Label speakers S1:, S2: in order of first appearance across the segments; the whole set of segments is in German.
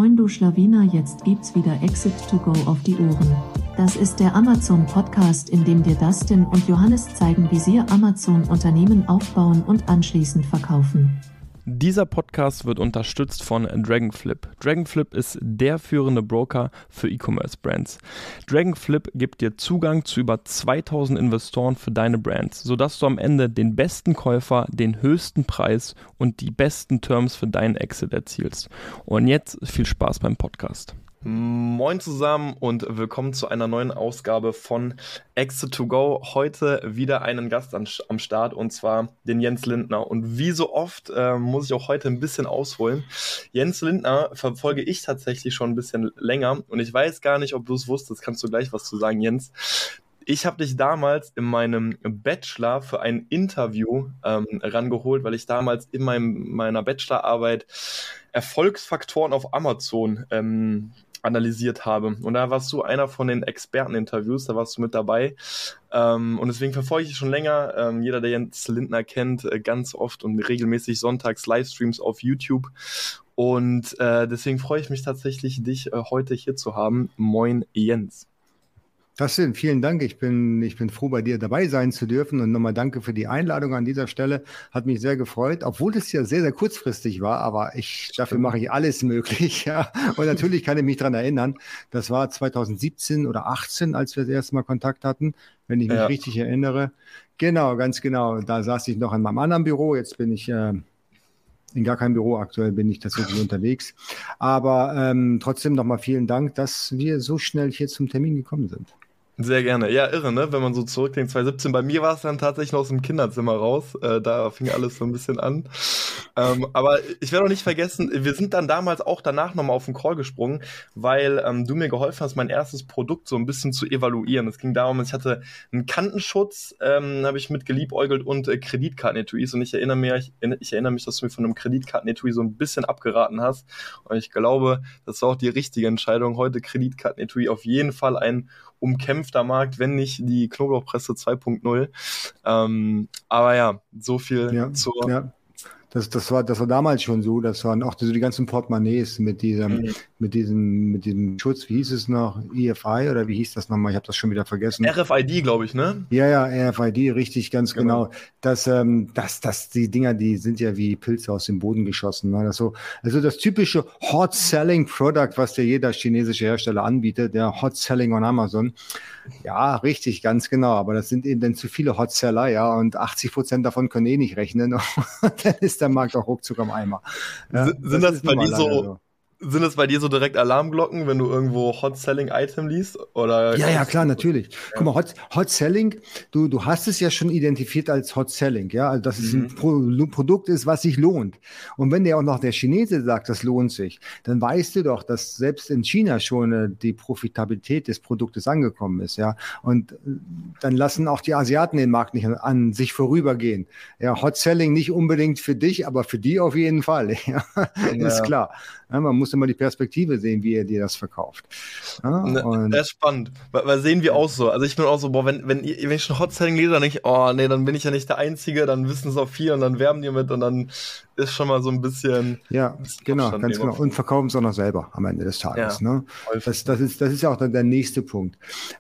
S1: Moin du Schlawiner, jetzt gibt's wieder Exit to Go auf die Ohren. Das ist der Amazon-Podcast, in dem dir Dustin und Johannes zeigen, wie sie Amazon-Unternehmen aufbauen und anschließend verkaufen.
S2: Dieser Podcast wird unterstützt von Dragonflip. Dragonflip ist der führende Broker für E-Commerce-Brands. Dragonflip gibt dir Zugang zu über 2000 Investoren für deine Brands, sodass du am Ende den besten Käufer, den höchsten Preis und die besten Terms für deinen Exit erzielst. Und jetzt viel Spaß beim Podcast. Moin zusammen und willkommen zu einer neuen Ausgabe von Exit to Go. Heute wieder einen Gast am Start und zwar den Jens Lindner. Und wie so oft muss ich auch heute ein bisschen ausholen. Jens Lindner verfolge ich tatsächlich schon ein bisschen länger und ich weiß gar nicht, ob du es wusstest. Kannst du gleich was zu sagen, Jens? Ich habe dich damals in meinem Bachelor für ein Interview rangeholt, weil ich damals in meiner Bachelorarbeit Erfolgsfaktoren auf Amazon analysiert habe. Und da warst du einer von den Experteninterviews, da warst du mit dabei. Und deswegen verfolge ich schon länger. Jeder, der Jens Lindner kennt, ganz oft und regelmäßig sonntags Livestreams auf YouTube. Und deswegen freue ich mich tatsächlich, dich heute hier zu haben. Moin, Jens.
S3: Dustin, vielen Dank. Ich bin froh, bei dir dabei sein zu dürfen und nochmal danke für die Einladung an dieser Stelle. Hat mich sehr gefreut, obwohl es ja sehr, sehr kurzfristig war, aber dafür mache ich alles möglich. Ja. Und natürlich kann ich mich daran erinnern, das war 2017 oder 18, als wir das erste Mal Kontakt hatten, wenn ich mich richtig erinnere. Genau, ganz genau. Da saß ich noch in meinem anderen Büro. Jetzt bin ich in gar keinem Büro, aktuell bin ich tatsächlich unterwegs. Aber trotzdem nochmal vielen Dank, dass wir so schnell hier zum Termin gekommen sind.
S2: Sehr gerne. Ja, irre, ne? Wenn man so zurückdenkt, 2017. Bei mir war es dann tatsächlich noch aus dem Kinderzimmer raus. Da fing alles so ein bisschen an. Aber ich werde auch nicht vergessen, wir sind dann damals auch danach nochmal auf den Call gesprungen, weil du mir geholfen hast, mein erstes Produkt so ein bisschen zu evaluieren. Es ging darum, ich hatte einen Kantenschutz, habe ich mit geliebäugelt und Kreditkartenetuis. Und ich erinnere mich, dass du mir von einem Kreditkartenetui so ein bisschen abgeraten hast. Und ich glaube, das war auch die richtige Entscheidung. Heute Kreditkartenetui auf jeden Fall ein umkämpfter Markt, wenn nicht die Knoblauchpresse 2.0. Aber ja, so viel zur...
S3: Ja. Das war damals schon so, das waren auch so die ganzen Portemonnaies mit diesem Schutz, wie hieß es noch, EFI oder wie hieß das nochmal, ich habe das schon wieder vergessen.
S2: RFID, glaube ich, ne?
S3: Ja, RFID, richtig, ganz genau. Das die Dinger, die sind ja wie Pilze aus dem Boden geschossen. Ne? Also das typische Hot-Selling-Product, was dir jeder chinesische Hersteller anbietet, der Hot-Selling on Amazon. Ja, richtig, ganz genau. Aber das sind eben dann zu viele Hot-Seller, ja, und 80% davon können nicht rechnen. Dann ist der Markt auch ruckzuck am Eimer. Ja,
S2: sind das bei dir so direkt Alarmglocken, wenn du irgendwo Hot-Selling-Item liest? Oder
S3: ja, klar, natürlich. Ja. Guck mal, Hot-Selling, du hast es ja schon identifiziert als Hot-Selling, ja, also dass es ein Produkt ist, was sich lohnt. Und wenn dir auch noch der Chinese sagt, das lohnt sich, dann weißt du doch, dass selbst in China schon die Profitabilität des Produktes angekommen ist, ja. Und dann lassen auch die Asiaten den Markt nicht an sich vorübergehen. Ja, Hot-Selling nicht unbedingt für dich, aber für die auf jeden Fall, ja. Ist klar. Ja, man muss immer die Perspektive sehen, wie er dir das verkauft. Ja,
S2: das ist spannend, weil sehen wir auch so. Also ich bin auch so, wenn ich schon Hot-Selling lese, dann denke ich, oh nee, dann bin ich ja nicht der Einzige, dann wissen es auch viele und dann werben die mit und dann ist schon mal so ein bisschen... Ja,
S3: genau, ganz genau. Und verkaufen es auch noch selber am Ende des Tages. Ja, ne? Das ist ja auch dann der nächste Punkt.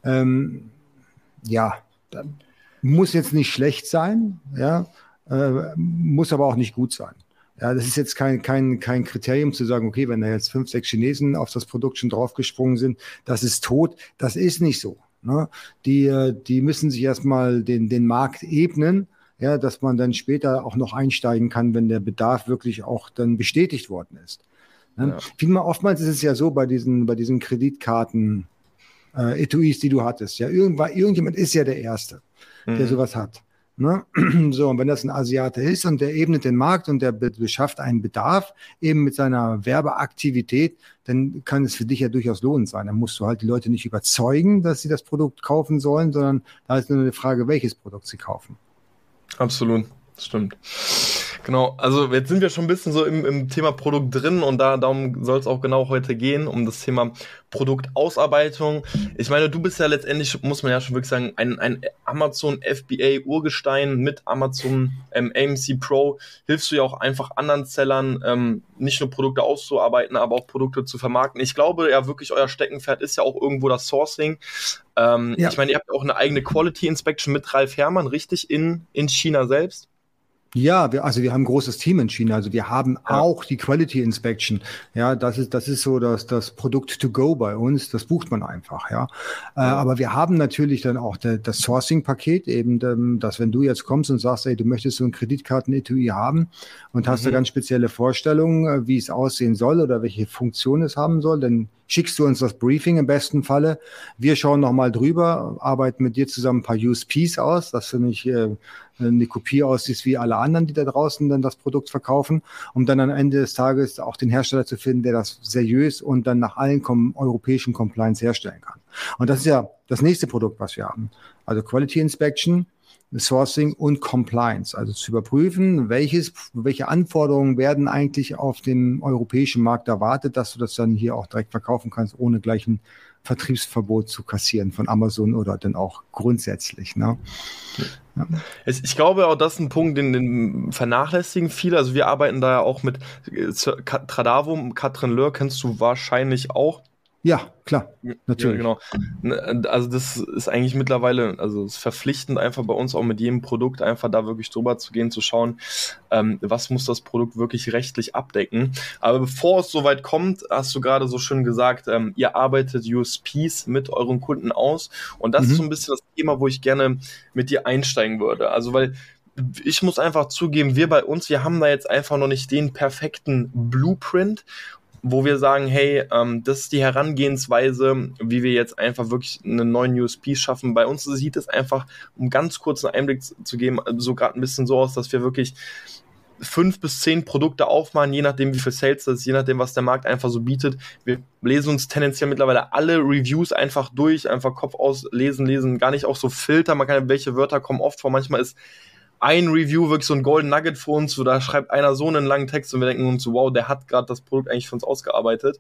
S3: Muss jetzt nicht schlecht sein, ja, muss aber auch nicht gut sein. Ja, das ist jetzt kein Kriterium zu sagen, okay, wenn da jetzt 5, 6 Chinesen auf das Produkt schon draufgesprungen sind, das ist tot. Das ist nicht so. Ne? Die müssen sich erstmal den Markt ebnen, ja, dass man dann später auch noch einsteigen kann, wenn der Bedarf wirklich auch dann bestätigt worden ist. Ne? Ja. Oftmals ist es ja so bei diesen Kreditkarten, Etuis, die du hattest. Ja, irgendjemand ist ja der Erste, der sowas hat. Ne? So, und wenn das ein Asiate ist und der ebnet den Markt und der beschafft einen Bedarf eben mit seiner Werbeaktivität, dann kann es für dich ja durchaus lohnend sein. Dann musst du halt die Leute nicht überzeugen, dass sie das Produkt kaufen sollen, sondern da ist nur eine Frage, welches Produkt sie kaufen.
S2: Absolut, das stimmt. Genau, also jetzt sind wir schon ein bisschen so im Thema Produkt drin und darum soll es auch genau heute gehen, um das Thema Produktausarbeitung. Ich meine, du bist ja letztendlich, muss man ja schon wirklich sagen, ein Amazon FBA Urgestein mit Amazon AMC Pro. Hilfst du ja auch einfach anderen Sellern, nicht nur Produkte auszuarbeiten, aber auch Produkte zu vermarkten. Ich glaube ja wirklich, euer Steckenpferd ist ja auch irgendwo das Sourcing. Ich meine, ihr habt auch eine eigene Quality Inspection mit Ralf Herrmann, richtig, in China selbst?
S3: Ja, wir haben ein großes Team in China. Also wir haben auch die Quality Inspection. Ja, das ist so das Produkt to go bei uns. Das bucht man einfach, ja. Aber wir haben natürlich dann auch das Sourcing-Paket eben, dass wenn du jetzt kommst und sagst, ey, du möchtest so ein Kreditkarten-Etui haben und hast da ganz spezielle Vorstellungen, wie es aussehen soll oder welche Funktion es haben soll, dann schickst du uns das Briefing im besten Falle. Wir schauen nochmal drüber, arbeiten mit dir zusammen ein paar USPs aus, dass du nicht eine Kopie aussiehst wie alle anderen, die da draußen dann das Produkt verkaufen, um dann am Ende des Tages auch den Hersteller zu finden, der das seriös und dann nach allen europäischen Compliance herstellen kann. Und das ist ja das nächste Produkt, was wir haben. Also Quality Inspection, Sourcing und Compliance, also zu überprüfen, welche Anforderungen werden eigentlich auf dem europäischen Markt erwartet, dass du das dann hier auch direkt verkaufen kannst, ohne gleich ein Vertriebsverbot zu kassieren von Amazon oder dann auch grundsätzlich. Ne? Ja.
S2: Ich glaube auch, das ist ein Punkt, den vernachlässigen viele. Also wir arbeiten da ja auch mit Tradivo, Katrin Löhr kennst du wahrscheinlich auch.
S3: Ja, klar, natürlich.
S2: Ja, genau. Also das ist eigentlich mittlerweile, also es ist verpflichtend einfach bei uns auch mit jedem Produkt einfach da wirklich drüber zu gehen, zu schauen, was muss das Produkt wirklich rechtlich abdecken. Aber bevor es soweit kommt, hast du gerade so schön gesagt, ihr arbeitet USPs mit euren Kunden aus und das ist so ein bisschen das Thema, wo ich gerne mit dir einsteigen würde. Also weil ich muss einfach zugeben, wir haben da jetzt einfach noch nicht den perfekten Blueprint, wo wir sagen, hey, das ist die Herangehensweise, wie wir jetzt einfach wirklich einen neuen USP schaffen. Bei uns sieht es einfach, um ganz kurz einen Einblick zu geben, so gerade ein bisschen so aus, dass wir wirklich 5 bis 10 Produkte aufmachen, je nachdem wie viel Sales das ist, je nachdem was der Markt einfach so bietet. Wir lesen uns tendenziell mittlerweile alle Reviews einfach durch, einfach Kopf aus, lesen, gar nicht auch so filtern, man kann, welche Wörter kommen oft vor, manchmal ist ein Review wirklich so ein Golden Nugget für uns, so da schreibt einer so einen langen Text und wir denken uns so, wow, der hat gerade das Produkt eigentlich für uns ausgearbeitet.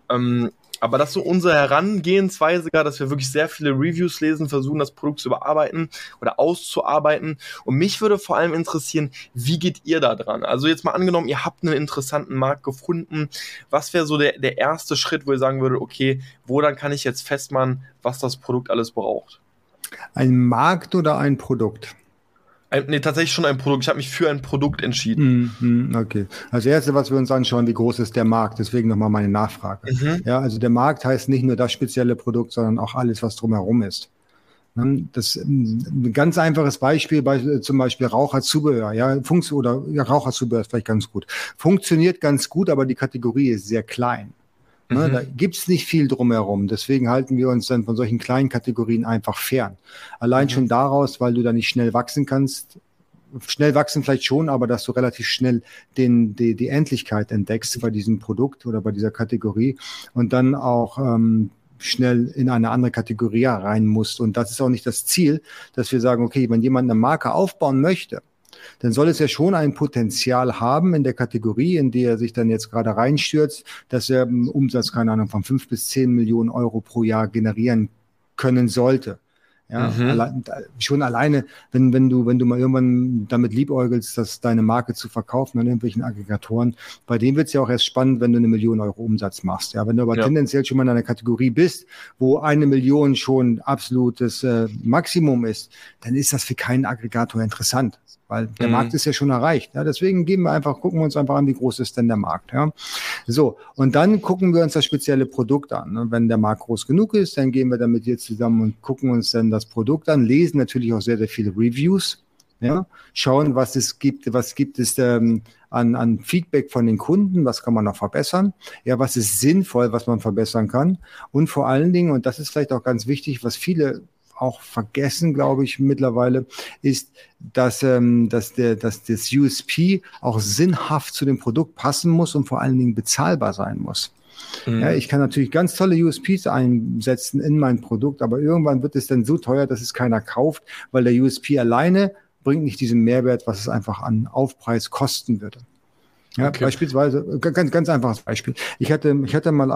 S2: Aber das ist so unsere Herangehensweise, dass wir wirklich sehr viele Reviews lesen, versuchen das Produkt zu überarbeiten oder auszuarbeiten. Und mich würde vor allem interessieren, wie geht ihr da dran? Also jetzt mal angenommen, ihr habt einen interessanten Markt gefunden. Was wäre so der erste Schritt, wo ihr sagen würdet, okay, wo dann kann ich jetzt festmachen, was das Produkt alles braucht?
S3: Ein Markt oder ein Produkt?
S2: Nee, tatsächlich schon ein Produkt. Ich habe mich für ein Produkt entschieden.
S3: Okay. Als erstes, was wir uns anschauen, wie groß ist der Markt? Deswegen nochmal meine Nachfrage. Ja, also der Markt heißt nicht nur das spezielle Produkt, sondern auch alles, was drumherum ist. Das ein ganz einfaches Beispiel, zum Beispiel Raucherzubehör. Ja, Raucherzubehör ist vielleicht ganz gut. Funktioniert ganz gut, aber die Kategorie ist sehr klein. Da gibt's nicht viel drumherum. Deswegen halten wir uns dann von solchen kleinen Kategorien einfach fern. Allein schon daraus, weil du da nicht schnell wachsen kannst. Schnell wachsen vielleicht schon, aber dass du relativ schnell die Endlichkeit entdeckst bei diesem Produkt oder bei dieser Kategorie und dann auch schnell in eine andere Kategorie rein musst. Und das ist auch nicht das Ziel, dass wir sagen, okay, wenn jemand eine Marke aufbauen möchte, dann soll es ja schon ein Potenzial haben in der Kategorie, in die er sich dann jetzt gerade reinstürzt, dass er einen Umsatz, keine Ahnung, von 5 bis 10 Millionen Euro pro Jahr generieren können sollte. Ja, schon alleine, wenn du mal irgendwann damit liebäugelst, dass deine Marke zu verkaufen an irgendwelchen Aggregatoren, bei denen wird es ja auch erst spannend, wenn du 1 Million Euro Umsatz machst. Ja, wenn du aber tendenziell schon mal in einer Kategorie bist, wo 1 Million schon absolutes Maximum ist, dann ist das für keinen Aggregator interessant, weil der Markt ist ja schon erreicht. Ja, deswegen gucken wir uns einfach an, wie groß ist denn der Markt. Ja, so. Und dann gucken wir uns das spezielle Produkt an. Wenn der Markt groß genug ist, dann gehen wir dann mit dir zusammen und gucken uns dann das Produkt an, lesen natürlich auch sehr, sehr viele Reviews, ja, schauen, was gibt es an Feedback von den Kunden, was kann man noch verbessern, ja, was ist sinnvoll, was man verbessern kann und vor allen Dingen, und das ist vielleicht auch ganz wichtig, was viele auch vergessen, glaube ich, mittlerweile, ist, dass das USP auch sinnhaft zu dem Produkt passen muss und vor allen Dingen bezahlbar sein muss. Ja, ich kann natürlich ganz tolle USPs einsetzen in mein Produkt, aber irgendwann wird es dann so teuer, dass es keiner kauft, weil der USP alleine bringt nicht diesen Mehrwert, was es einfach an Aufpreis kosten würde. Ja, okay. Beispielsweise, ganz einfaches Beispiel. Ich hatte mal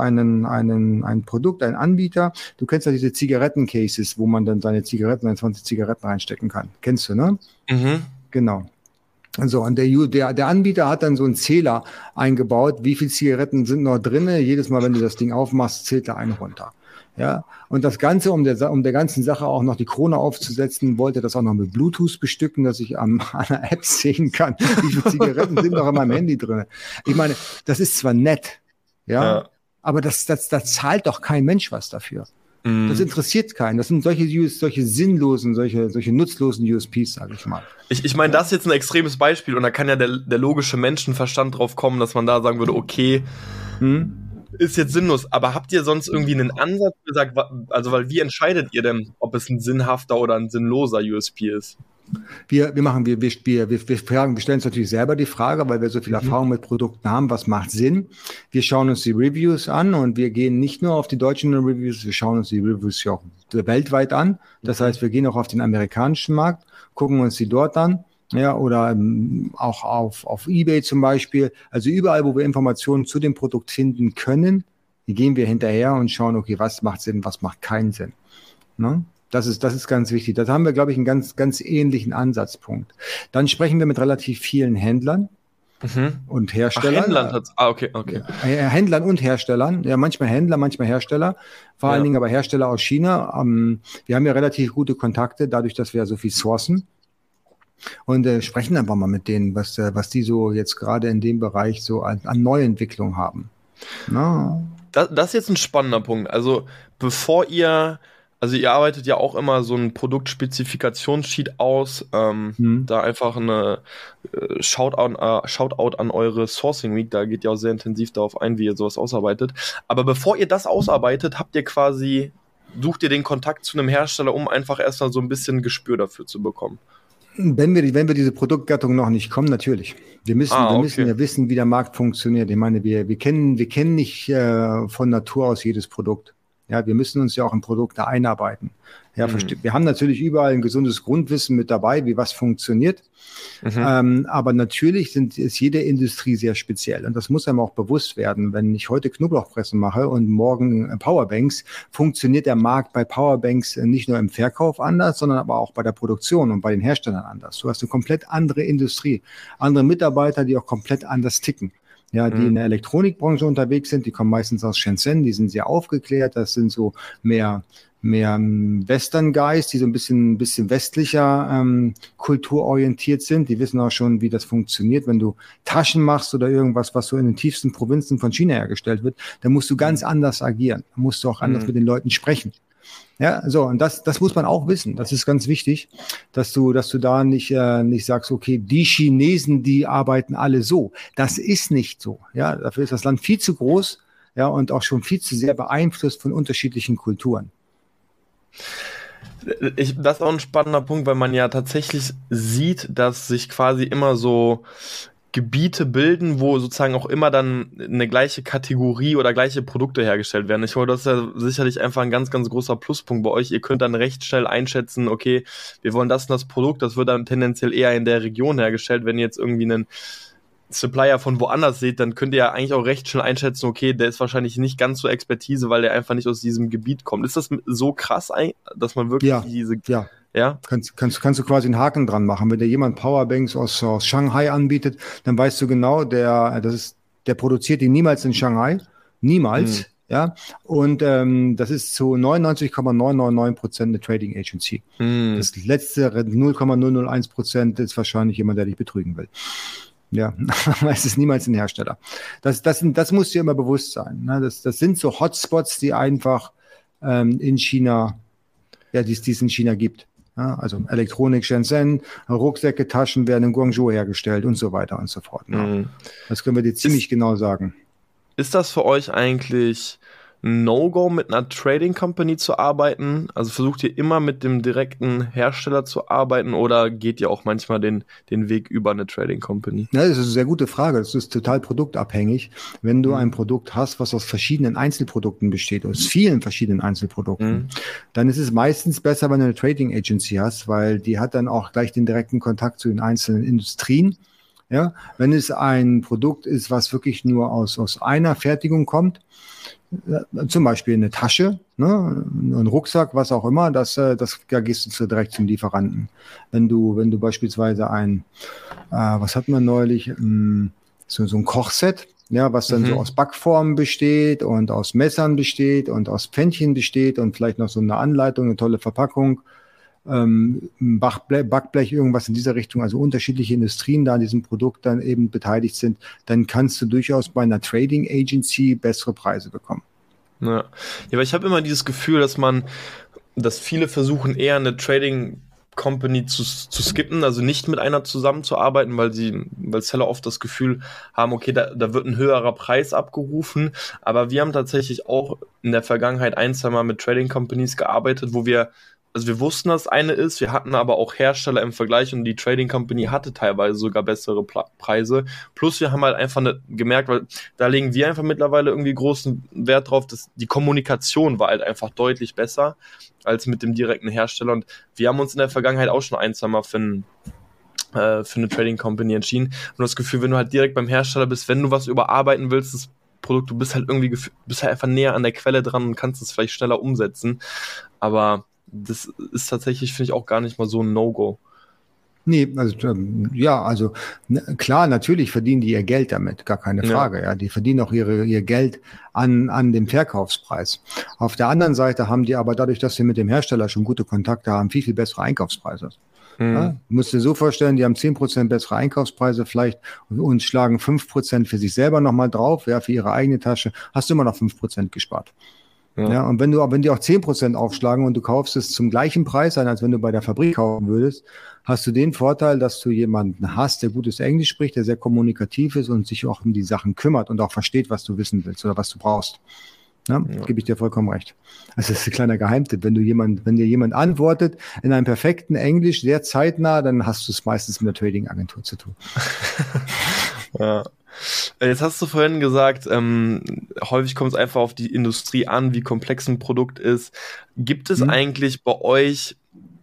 S3: ein Produkt, einen Anbieter. Du kennst ja diese Zigarettencases, wo man dann seine 20 Zigaretten reinstecken kann. Kennst du, ne? Mhm. Genau. So, und der Anbieter hat dann so einen Zähler eingebaut. Wie viele Zigaretten sind noch drinne? Jedes Mal, wenn du das Ding aufmachst, zählt er einen runter. Ja, und das Ganze, um der ganzen Sache auch noch die Krone aufzusetzen, wollte das auch noch mit Bluetooth bestücken, dass ich an einer App sehen kann, wie viele Zigaretten sind noch in meinem Handy drin. Ich meine, das ist zwar nett, ja. Aber das zahlt doch kein Mensch was dafür. Das interessiert keinen. Das sind solche sinnlosen, solche nutzlosen USPs, sage ich mal.
S2: Ich meine, das ist jetzt ein extremes Beispiel und da kann ja der logische Menschenverstand drauf kommen, dass man da sagen würde, okay, ist jetzt sinnlos, aber habt ihr sonst irgendwie einen Ansatz gesagt, also weil wie entscheidet ihr denn, ob es ein sinnhafter oder ein sinnloser USP ist?
S3: Wir stellen uns natürlich selber die Frage, weil wir so viel Erfahrung mit Produkten haben, was macht Sinn? Wir schauen uns die Reviews an und wir gehen nicht nur auf die deutschen Reviews, wir schauen uns die Reviews ja auch weltweit an. Das heißt, wir gehen auch auf den amerikanischen Markt, gucken uns die dort an. Ja, oder auch auf eBay zum Beispiel. Also überall, wo wir Informationen zu dem Produkt finden können, gehen wir hinterher und schauen, okay, was macht Sinn, was macht keinen Sinn. Ne? Das ist ganz wichtig. Da haben wir, glaube ich, einen ganz, ganz ähnlichen Ansatzpunkt. Dann sprechen wir mit relativ vielen Händlern und Herstellern.
S2: Händlern okay.
S3: Händlern und Herstellern. Ja, manchmal Händler, manchmal Hersteller. Vor allen Dingen aber Hersteller aus China. Wir haben ja relativ gute Kontakte, dadurch, dass wir so viel sourcen. Und sprechen einfach mal mit denen, was die so jetzt gerade in dem Bereich so an Neuentwicklung haben. No.
S2: Das ist jetzt ein spannender Punkt. Also ihr arbeitet ja auch immer so ein Produktspezifiktionssheet aus, da einfach eine Shoutout an eure Sourcing Week, da geht ihr auch sehr intensiv darauf ein, wie ihr sowas ausarbeitet. Aber bevor ihr das ausarbeitet, sucht ihr den Kontakt zu einem Hersteller, um einfach erstmal so ein bisschen Gespür dafür zu bekommen?
S3: Wenn wir diese Produktgattung noch nicht kommen, natürlich. Wir müssen ja wissen, wie der Markt funktioniert. Ich meine, wir kennen nicht von Natur aus jedes Produkt. Ja, wir müssen uns ja auch in Produkte einarbeiten. Ja, wir haben natürlich überall ein gesundes Grundwissen mit dabei, wie was funktioniert. Aber natürlich ist jede Industrie sehr speziell. Und das muss einem auch bewusst werden. Wenn ich heute Knoblauchpressen mache und morgen Powerbanks, funktioniert der Markt bei Powerbanks nicht nur im Verkauf anders, sondern aber auch bei der Produktion und bei den Herstellern anders. Du hast eine komplett andere Industrie, andere Mitarbeiter, die auch komplett anders ticken. Ja, die in der Elektronikbranche unterwegs sind, die kommen meistens aus Shenzhen, die sind sehr aufgeklärt, das sind so mehr Western Guys, die so ein bisschen westlicher kulturorientiert sind. Die wissen auch schon, wie das funktioniert. Wenn du Taschen machst oder irgendwas, was so in den tiefsten Provinzen von China hergestellt wird, dann musst du ganz anders agieren. Dann musst du auch anders mit den Leuten sprechen. Ja, so, und das muss man auch wissen. Das ist ganz wichtig, dass du da nicht sagst, okay, die Chinesen, die arbeiten alle so. Das ist nicht so. Ja, dafür ist das Land viel zu groß, ja, und auch schon viel zu sehr beeinflusst von unterschiedlichen Kulturen.
S2: Das ist auch ein spannender Punkt, weil man ja tatsächlich sieht, dass sich quasi immer so Gebiete bilden, wo sozusagen auch immer dann eine gleiche Kategorie oder gleiche Produkte hergestellt werden. Ich glaube, das ist ja sicherlich einfach ein ganz, ganz großer Pluspunkt bei euch. Ihr könnt dann recht schnell einschätzen, okay, wir wollen das und das Produkt, das wird dann tendenziell eher in der Region hergestellt. Wenn ihr jetzt irgendwie einen Supplier von woanders seht, dann könnt ihr ja eigentlich auch recht schnell einschätzen, okay, der ist wahrscheinlich nicht ganz so Expertise, weil der einfach nicht aus diesem Gebiet kommt. Ist das so krass, dass man wirklich
S3: Ja, kannst du quasi einen Haken dran machen. Wenn dir jemand Powerbanks aus Shanghai anbietet, dann weißt du genau, der produziert die niemals in Shanghai. Niemals. Ja, und das ist zu 99,999% eine Trading Agency. Das letzte 0,001% ist wahrscheinlich jemand, der dich betrügen will. Ja, aber es ist niemals ein Hersteller. Das muss dir immer bewusst sein. Ne? Das sind so Hotspots, die einfach in China, die es in China gibt. Ja, also Elektronik, Shenzhen, Rucksäcke, Taschen werden in Guangzhou hergestellt und so weiter und so fort. Ja. Das können wir dir ziemlich genau sagen.
S2: Ist das für euch eigentlich ein No-Go, mit einer Trading Company zu arbeiten? Also versucht ihr immer mit dem direkten Hersteller zu arbeiten oder geht ihr auch manchmal den Weg über eine Trading Company?
S3: Ja, das ist eine sehr gute Frage. Das ist total produktabhängig. Wenn du ein Produkt hast, was aus verschiedenen Einzelprodukten besteht, aus vielen verschiedenen Einzelprodukten, dann ist es meistens besser, wenn du eine Trading Agency hast, weil die hat dann auch gleich den direkten Kontakt zu den einzelnen Industrien. Ja, wenn es ein Produkt ist, was wirklich nur aus einer Fertigung kommt, zum Beispiel eine Tasche, ne, ein Rucksack, was auch immer, da gehst du direkt zum Lieferanten. Wenn du beispielsweise was hat man neulich, so ein Kochset, ja, was dann so aus Backformen besteht und aus Messern besteht und aus Pfännchen besteht und vielleicht noch so eine Anleitung, eine tolle Verpackung, Backblech, irgendwas in dieser Richtung, also unterschiedliche Industrien da an diesem Produkt dann eben beteiligt sind, dann kannst du durchaus bei einer Trading Agency bessere Preise bekommen.
S2: Ja, weil ich habe immer dieses Gefühl, dass viele versuchen, eher eine Trading Company zu skippen, also nicht mit einer zusammenzuarbeiten, weil Seller oft das Gefühl haben, okay, da wird ein höherer Preis abgerufen, aber wir haben tatsächlich auch in der Vergangenheit 1-2 Mal mit Trading Companies gearbeitet, wo wir wussten, dass eine ist, wir hatten aber auch Hersteller im Vergleich und die Trading Company hatte teilweise sogar bessere Preise. Plus wir haben halt einfach gemerkt, weil da legen wir einfach mittlerweile irgendwie großen Wert drauf, dass die Kommunikation war halt einfach deutlich besser als mit dem direkten Hersteller. Und wir haben uns in der Vergangenheit auch schon 1-2 Mal für eine Trading Company entschieden. Und das Gefühl, wenn du halt direkt beim Hersteller bist, wenn du was überarbeiten willst, das Produkt, du bist halt einfach näher an der Quelle dran und kannst es vielleicht schneller umsetzen. Aber das ist tatsächlich, finde ich, auch gar nicht mal so ein No-Go.
S3: Nee, also klar, natürlich verdienen die ihr Geld damit, gar keine Frage. Ja, die verdienen auch ihr Geld an dem Verkaufspreis. Auf der anderen Seite haben die aber dadurch, dass sie mit dem Hersteller schon gute Kontakte haben, viel, viel bessere Einkaufspreise. Ja, du musst dir so vorstellen, die haben 10% bessere Einkaufspreise vielleicht und schlagen 5% für sich selber nochmal drauf, ja, für ihre eigene Tasche, hast du immer noch 5% gespart. Ja, und wenn die auch 10% aufschlagen und du kaufst es zum gleichen Preis ein, als wenn du bei der Fabrik kaufen würdest, hast du den Vorteil, dass du jemanden hast, der gutes Englisch spricht, der sehr kommunikativ ist und sich auch um die Sachen kümmert und auch versteht, was du wissen willst oder was du brauchst. Ja, gebe ich dir vollkommen recht. Also das ist ein kleiner Geheimtipp. Wenn dir jemand antwortet in einem perfekten Englisch, sehr zeitnah, dann hast du es meistens mit der Trading-Agentur zu tun.
S2: Ja. Jetzt hast du vorhin gesagt, häufig kommt es einfach auf die Industrie an, wie komplex ein Produkt ist. Gibt es eigentlich bei euch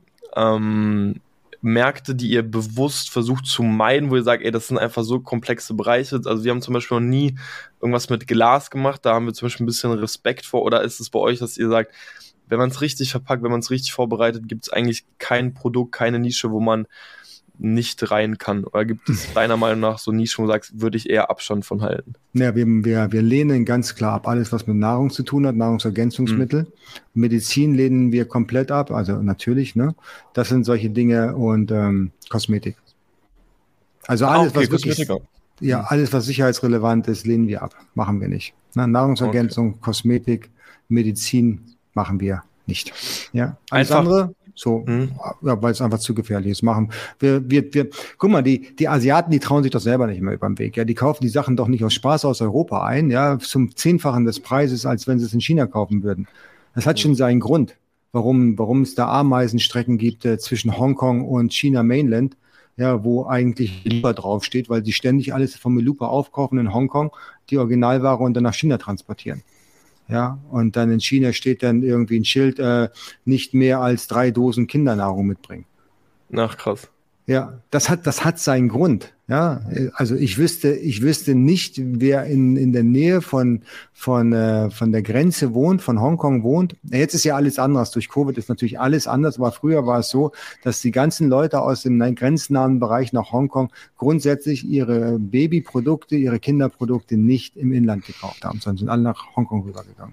S2: Märkte, die ihr bewusst versucht zu meiden, wo ihr sagt, das sind einfach so komplexe Bereiche? Also wir haben zum Beispiel noch nie irgendwas mit Glas gemacht, da haben wir zum Beispiel ein bisschen Respekt vor. Oder ist es bei euch, dass ihr sagt, wenn man es richtig verpackt, wenn man es richtig vorbereitet, gibt es eigentlich kein Produkt, keine Nische, wo man nicht rein kann? Oder gibt es deiner Meinung nach so Nischen, wo du sagst, würde ich eher Abstand von halten?
S3: Ja, wir lehnen ganz klar ab. Alles, was mit Nahrung zu tun hat, Nahrungsergänzungsmittel. Medizin lehnen wir komplett ab, also natürlich, ne? Das sind solche Dinge und Kosmetik. Also alles, was wirklich, alles, was sicherheitsrelevant ist, lehnen wir ab. Machen wir nicht. Na, Nahrungsergänzung, Kosmetik, Medizin machen wir nicht. Ja, alles andere, weil es einfach zu gefährlich ist. Guck mal, die Asiaten, die trauen sich doch selber nicht mehr über den Weg. Ja, die kaufen die Sachen doch nicht aus Spaß aus Europa ein, ja, zum 10-fachen des Preises, als wenn sie es in China kaufen würden. Das hat schon seinen Grund, warum es da Ameisenstrecken gibt zwischen Hongkong und China Mainland, ja, wo eigentlich Melupa draufsteht, weil sie ständig alles von Melupa aufkaufen in Hongkong, die Originalware und dann nach China transportieren. Ja, und dann in China steht dann irgendwie ein Schild, nicht mehr als 3 Dosen Kindernahrung mitbringen.
S2: Ach, krass.
S3: Ja, das hat seinen Grund. Ja, also ich wüsste nicht, wer in der Nähe von der Grenze wohnt, von Hongkong wohnt. Jetzt ist ja alles anders. Durch Covid ist natürlich alles anders. Aber früher war es so, dass die ganzen Leute aus dem grenznahen Bereich nach Hongkong grundsätzlich ihre Babyprodukte, ihre Kinderprodukte nicht im Inland gekauft haben, sondern sind alle nach Hongkong rübergegangen.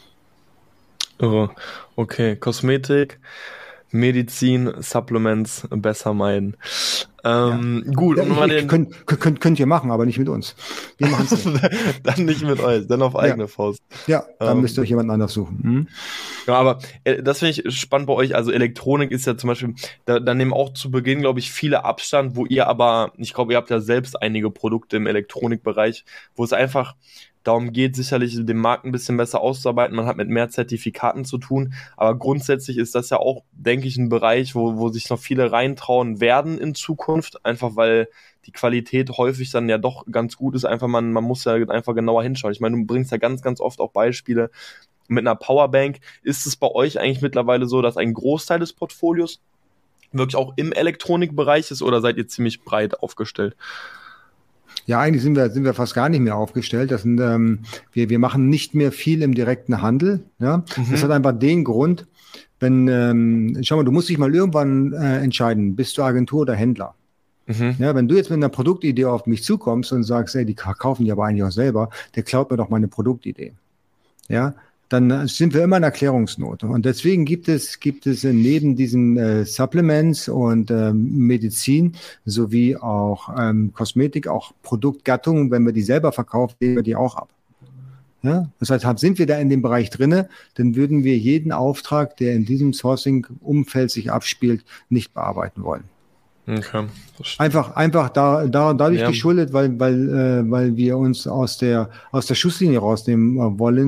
S2: Oh, okay, Kosmetik, Medizin, Supplements besser meiden. Gut.
S3: Könnt ihr machen, aber nicht mit uns. Wir machen es nicht.
S2: Dann nicht mit euch, dann auf eigene Faust.
S3: Ja, dann müsst ihr euch jemand anders suchen.
S2: Ja, aber das finde ich spannend bei euch. Also Elektronik ist ja zum Beispiel, da nehmen auch zu Beginn, glaube ich, viele Abstand, wo ihr aber, ich glaube, ihr habt ja selbst einige Produkte im Elektronikbereich, wo es einfach darum geht sicherlich, den Markt ein bisschen besser auszuarbeiten. Man hat mit mehr Zertifikaten zu tun, aber grundsätzlich ist das ja auch, denke ich, ein Bereich, wo sich noch viele reintrauen werden in Zukunft, einfach weil die Qualität häufig dann ja doch ganz gut ist. Einfach man muss ja einfach genauer hinschauen. Ich meine, du bringst ja ganz, ganz oft auch Beispiele mit einer Powerbank. Ist es bei euch eigentlich mittlerweile so, dass ein Großteil des Portfolios wirklich auch im Elektronikbereich ist, oder seid ihr ziemlich breit aufgestellt?
S3: Ja, eigentlich sind wir fast gar nicht mehr aufgestellt. Das sind, wir machen nicht mehr viel im direkten Handel. Ja? Das hat einfach den Grund, wenn, schau mal, du musst dich mal irgendwann entscheiden, bist du Agentur oder Händler? Ja, wenn du jetzt mit einer Produktidee auf mich zukommst und sagst, ey, die kaufen die aber eigentlich auch selber, der klaut mir doch meine Produktidee. Ja, dann sind wir immer in Erklärungsnot. Und deswegen gibt es neben diesen Supplements und Medizin sowie auch Kosmetik, auch Produktgattungen, wenn wir die selber verkaufen, legen wir die auch ab. Ja? Das heißt, sind wir da in dem Bereich drinne, dann würden wir jeden Auftrag, der in diesem Sourcing-Umfeld sich abspielt, nicht bearbeiten wollen.
S2: Okay.
S3: Einfach dadurch geschuldet, weil wir uns aus der Schusslinie rausnehmen wollen,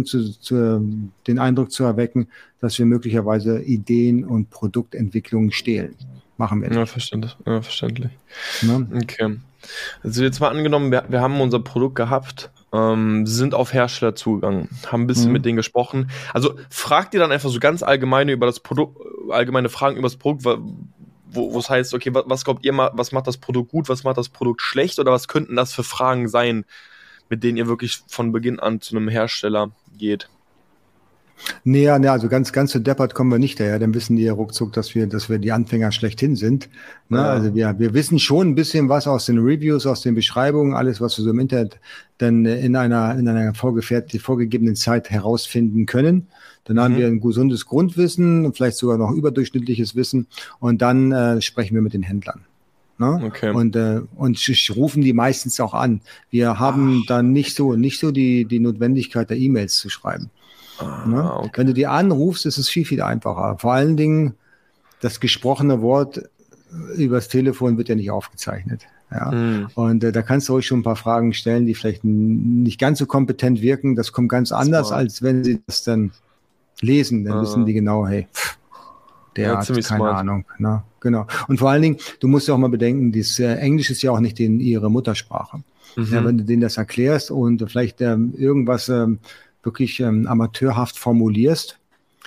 S3: den Eindruck zu erwecken, dass wir möglicherweise Ideen und Produktentwicklungen stehlen. Machen wir nicht.
S2: Ja, verständlich. Ja. Okay. Also jetzt mal angenommen, wir haben unser Produkt gehabt, sind auf Hersteller zugegangen, haben ein bisschen mit denen gesprochen. Also fragt ihr dann einfach so ganz allgemeine Fragen über das Produkt, wo es heißt, okay, was glaubt ihr mal, was macht das Produkt gut, was macht das Produkt schlecht, oder was könnten das für Fragen sein, mit denen ihr wirklich von Beginn an zu einem Hersteller geht?
S3: Nee, also ganz so deppert kommen wir nicht daher, dann wissen die ja ruckzuck, dass wir die Anfänger schlechthin sind. Ne? Ja. Also wir wissen schon ein bisschen was aus den Reviews, aus den Beschreibungen, alles, was wir so im Internet dann in einer vorgegebenen Zeit herausfinden können. Dann haben wir ein gesundes Grundwissen, vielleicht sogar noch überdurchschnittliches Wissen, und dann sprechen wir mit den Händlern. Ne? Okay. Und rufen die meistens auch an. Wir haben dann nicht so die Notwendigkeit, da E-Mails zu schreiben. Ne? Okay. Wenn du die anrufst, ist es viel, viel einfacher. Vor allen Dingen, das gesprochene Wort übers Telefon wird ja nicht aufgezeichnet. Ja? Und da kannst du euch schon ein paar Fragen stellen, die vielleicht nicht ganz so kompetent wirken. Das kommt ganz anders, als wenn sie das dann lesen. Dann wissen die genau, hey, der hat keine Ahnung. Ne? Genau. Und vor allen Dingen, du musst ja auch mal bedenken, Englisch ist ja auch nicht ihre Muttersprache. Ja, wenn du denen das erklärst und vielleicht irgendwas wirklich amateurhaft formulierst,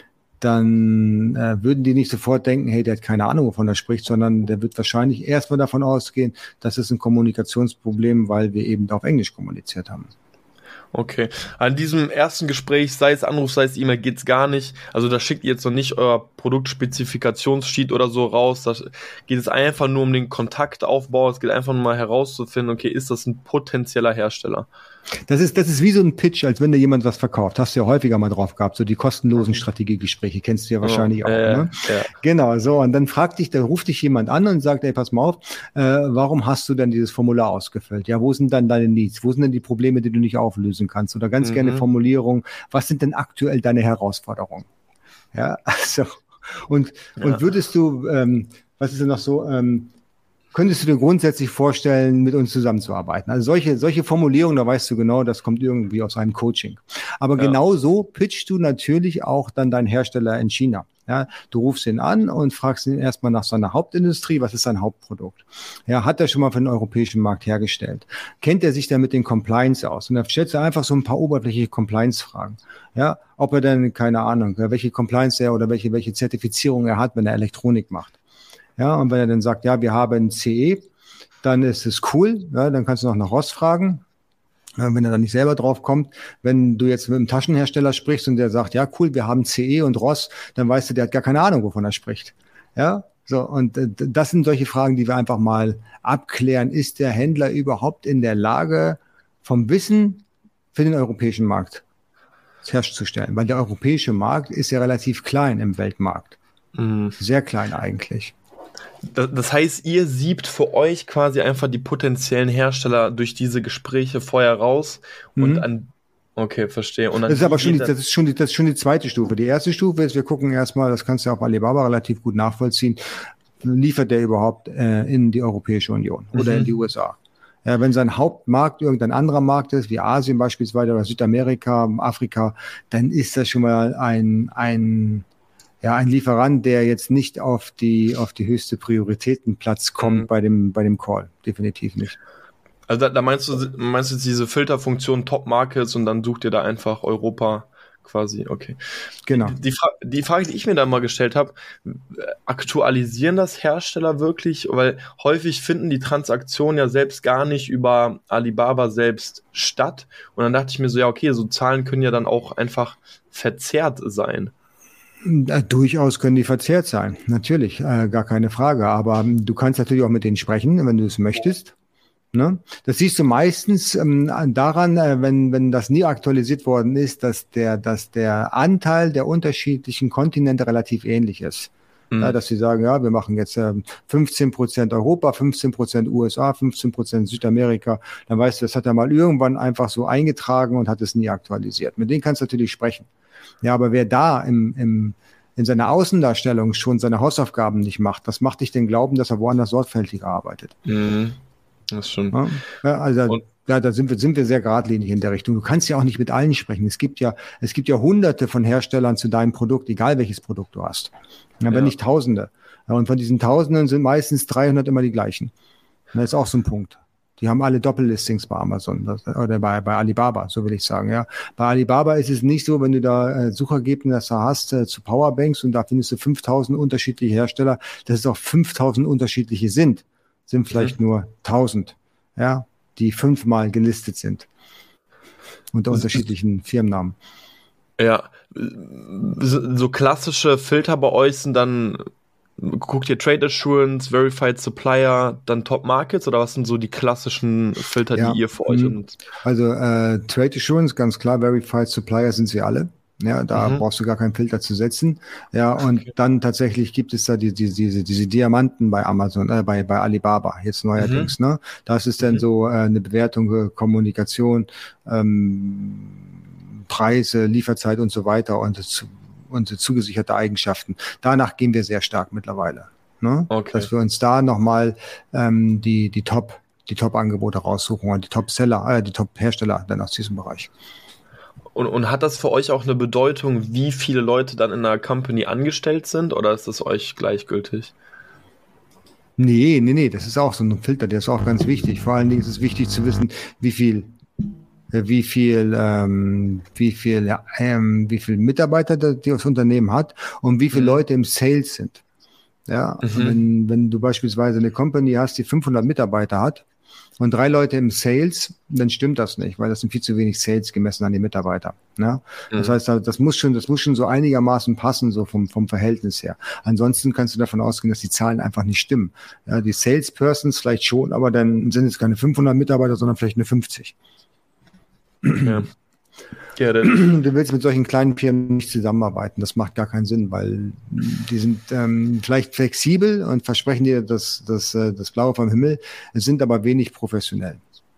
S3: dann würden die nicht sofort denken, hey, der hat keine Ahnung, wovon er spricht, sondern der wird wahrscheinlich erstmal davon ausgehen, das ist ein Kommunikationsproblem, weil wir eben auf Englisch kommuniziert haben.
S2: Okay. An diesem ersten Gespräch, sei es Anruf, sei es E-Mail, geht's gar nicht. Also da schickt ihr jetzt noch nicht euer Produktspezifiktionssheet oder so raus. Da geht es einfach nur um den Kontaktaufbau. Es geht einfach nur mal herauszufinden, okay, ist das ein potenzieller Hersteller?
S3: Das ist wie so ein Pitch, als wenn dir jemand was verkauft. Hast du ja häufiger mal drauf gehabt, so die kostenlosen Strategiegespräche, kennst du ja wahrscheinlich auch. Ne? Ja. Genau, so. Und dann ruft dich jemand an und sagt, ey, pass mal auf, warum hast du denn dieses Formular ausgefüllt? Ja, wo sind dann deine Needs? Wo sind denn die Probleme, die du nicht auflösen kannst? Oder ganz gerne Formulierung, was sind denn aktuell deine Herausforderungen? Ja, also, und würdest du, was ist denn noch so, könntest du dir grundsätzlich vorstellen, mit uns zusammenzuarbeiten? Also solche Formulierungen, da weißt du genau, das kommt irgendwie aus einem Coaching. Aber genau so pitchst du natürlich auch dann deinen Hersteller in China. Ja, du rufst ihn an und fragst ihn erstmal nach seiner Hauptindustrie, was ist sein Hauptprodukt? Ja, hat er schon mal für den europäischen Markt hergestellt? Kennt er sich da mit den Compliance aus? Und da stellst du einfach so ein paar oberflächliche Compliance-Fragen. Ja, ob er denn, keine Ahnung, welche Compliance er oder welche Zertifizierung er hat, wenn er Elektronik macht. Ja, und wenn er dann sagt, ja, wir haben CE, dann ist es cool. Ja, dann kannst du noch nach ROS fragen, wenn er dann nicht selber drauf kommt. Wenn du jetzt mit einem Taschenhersteller sprichst und der sagt, ja, cool, wir haben CE und ROS, dann weißt du, der hat gar keine Ahnung, wovon er spricht. Ja, so, und das sind solche Fragen, die wir einfach mal abklären. Ist der Händler überhaupt in der Lage, vom Wissen für den europäischen Markt herzustellen? Weil der europäische Markt ist ja relativ klein im Weltmarkt. Sehr klein eigentlich.
S2: Das heißt, ihr siebt für euch quasi einfach die potenziellen Hersteller durch diese Gespräche vorher raus und okay, verstehe. Und
S3: das ist aber schon das ist schon die zweite Stufe. Die erste Stufe ist, wir gucken erstmal, das kannst du auf Alibaba relativ gut nachvollziehen, liefert der überhaupt in die Europäische Union oder in die USA? Ja, wenn sein Hauptmarkt irgendein anderer Markt ist, wie Asien beispielsweise oder Südamerika, Afrika, dann ist das schon mal ein Lieferant, der jetzt nicht auf die höchste Prioritätenplatz kommt bei dem Call. Definitiv nicht.
S2: Also da meinst du jetzt diese Filterfunktion Top Markets und dann sucht ihr da einfach Europa quasi, okay.
S3: Genau.
S2: Die Frage, die ich mir da mal gestellt habe, aktualisieren das Hersteller wirklich? Weil häufig finden die Transaktionen ja selbst gar nicht über Alibaba selbst statt. Und dann dachte ich mir so, ja okay, so Zahlen können ja dann auch einfach verzerrt sein.
S3: Durchaus können die verzerrt sein, natürlich, gar keine Frage. Aber du kannst natürlich auch mit denen sprechen, wenn du es möchtest. Ne? Das siehst du meistens daran, wenn das nie aktualisiert worden ist, dass der Anteil der unterschiedlichen Kontinente relativ ähnlich ist. Ja, dass sie sagen, ja, wir machen jetzt 15% Europa, 15% USA, 15% Südamerika. Dann weißt du, das hat er mal irgendwann einfach so eingetragen und hat es nie aktualisiert. Mit denen kannst du natürlich sprechen. Ja, aber wer da in seiner Außendarstellung schon seine Hausaufgaben nicht macht, das macht dich den glauben, dass er woanders sorgfältiger arbeitet.
S2: Das ist schon.
S3: Ja, also da sind wir sehr geradlinig in der Richtung. Du kannst ja auch nicht mit allen sprechen. Es gibt ja hunderte von Herstellern zu deinem Produkt, egal welches Produkt du hast. Ja, wenn nicht Tausende. Ja, und von diesen Tausenden sind meistens 300 immer die gleichen. Das ist auch so ein Punkt. Die haben alle Doppellistings bei Amazon oder bei Alibaba, so will ich sagen. Ja, bei Alibaba ist es nicht so, wenn du da Suchergebnisse hast zu Powerbanks und da findest du 5000 unterschiedliche Hersteller, dass es auch 5000 unterschiedliche sind vielleicht nur 1000, ja, die 5-mal gelistet sind unter unterschiedlichen Firmennamen.
S2: Ja, so klassische Filter bei euch sind dann, guckt ihr Trade Assurance, Verified Supplier, dann Top Markets oder was sind so die klassischen Filter, die ihr für euch nutzt?
S3: Also Trade Assurance, ganz klar, Verified Supplier sind sie alle. Ja, da brauchst du gar keinen Filter zu setzen. Ja, und dann tatsächlich gibt es da diese Diamanten bei Amazon, bei Alibaba, jetzt neuerdings, ne? Das ist dann so eine Bewertung, Kommunikation, Preise, Lieferzeit und so weiter und zugesicherte Eigenschaften. Danach gehen wir sehr stark mittlerweile. Ne? Okay. Dass wir uns da nochmal die Top-Angebote raussuchen und die Top-Seller, die Top-Hersteller dann aus diesem Bereich.
S2: Und hat das für euch auch eine Bedeutung, wie viele Leute dann in einer Company angestellt sind, oder ist das euch gleichgültig?
S3: Nee, das ist auch so ein Filter, der ist auch ganz wichtig. Vor allen Dingen ist es wichtig zu wissen, wie viel Mitarbeiter das Unternehmen hat und wie viele Leute im Sales sind. Ja, wenn du beispielsweise eine Company hast, die 500 Mitarbeiter hat, und 3 Leute im Sales, dann stimmt das nicht, weil das sind viel zu wenig Sales gemessen an die Mitarbeiter. Ne? Das heißt, das muss schon so einigermaßen passen, so vom Verhältnis her. Ansonsten kannst du davon ausgehen, dass die Zahlen einfach nicht stimmen. Ja, die Salespersons vielleicht schon, aber dann sind es keine 500 Mitarbeiter, sondern vielleicht eine 50.
S2: Ja.
S3: Du willst mit solchen kleinen Firmen nicht zusammenarbeiten. Das macht gar keinen Sinn, weil die sind vielleicht flexibel und versprechen dir das Blaue vom Himmel, sind aber wenig professionell.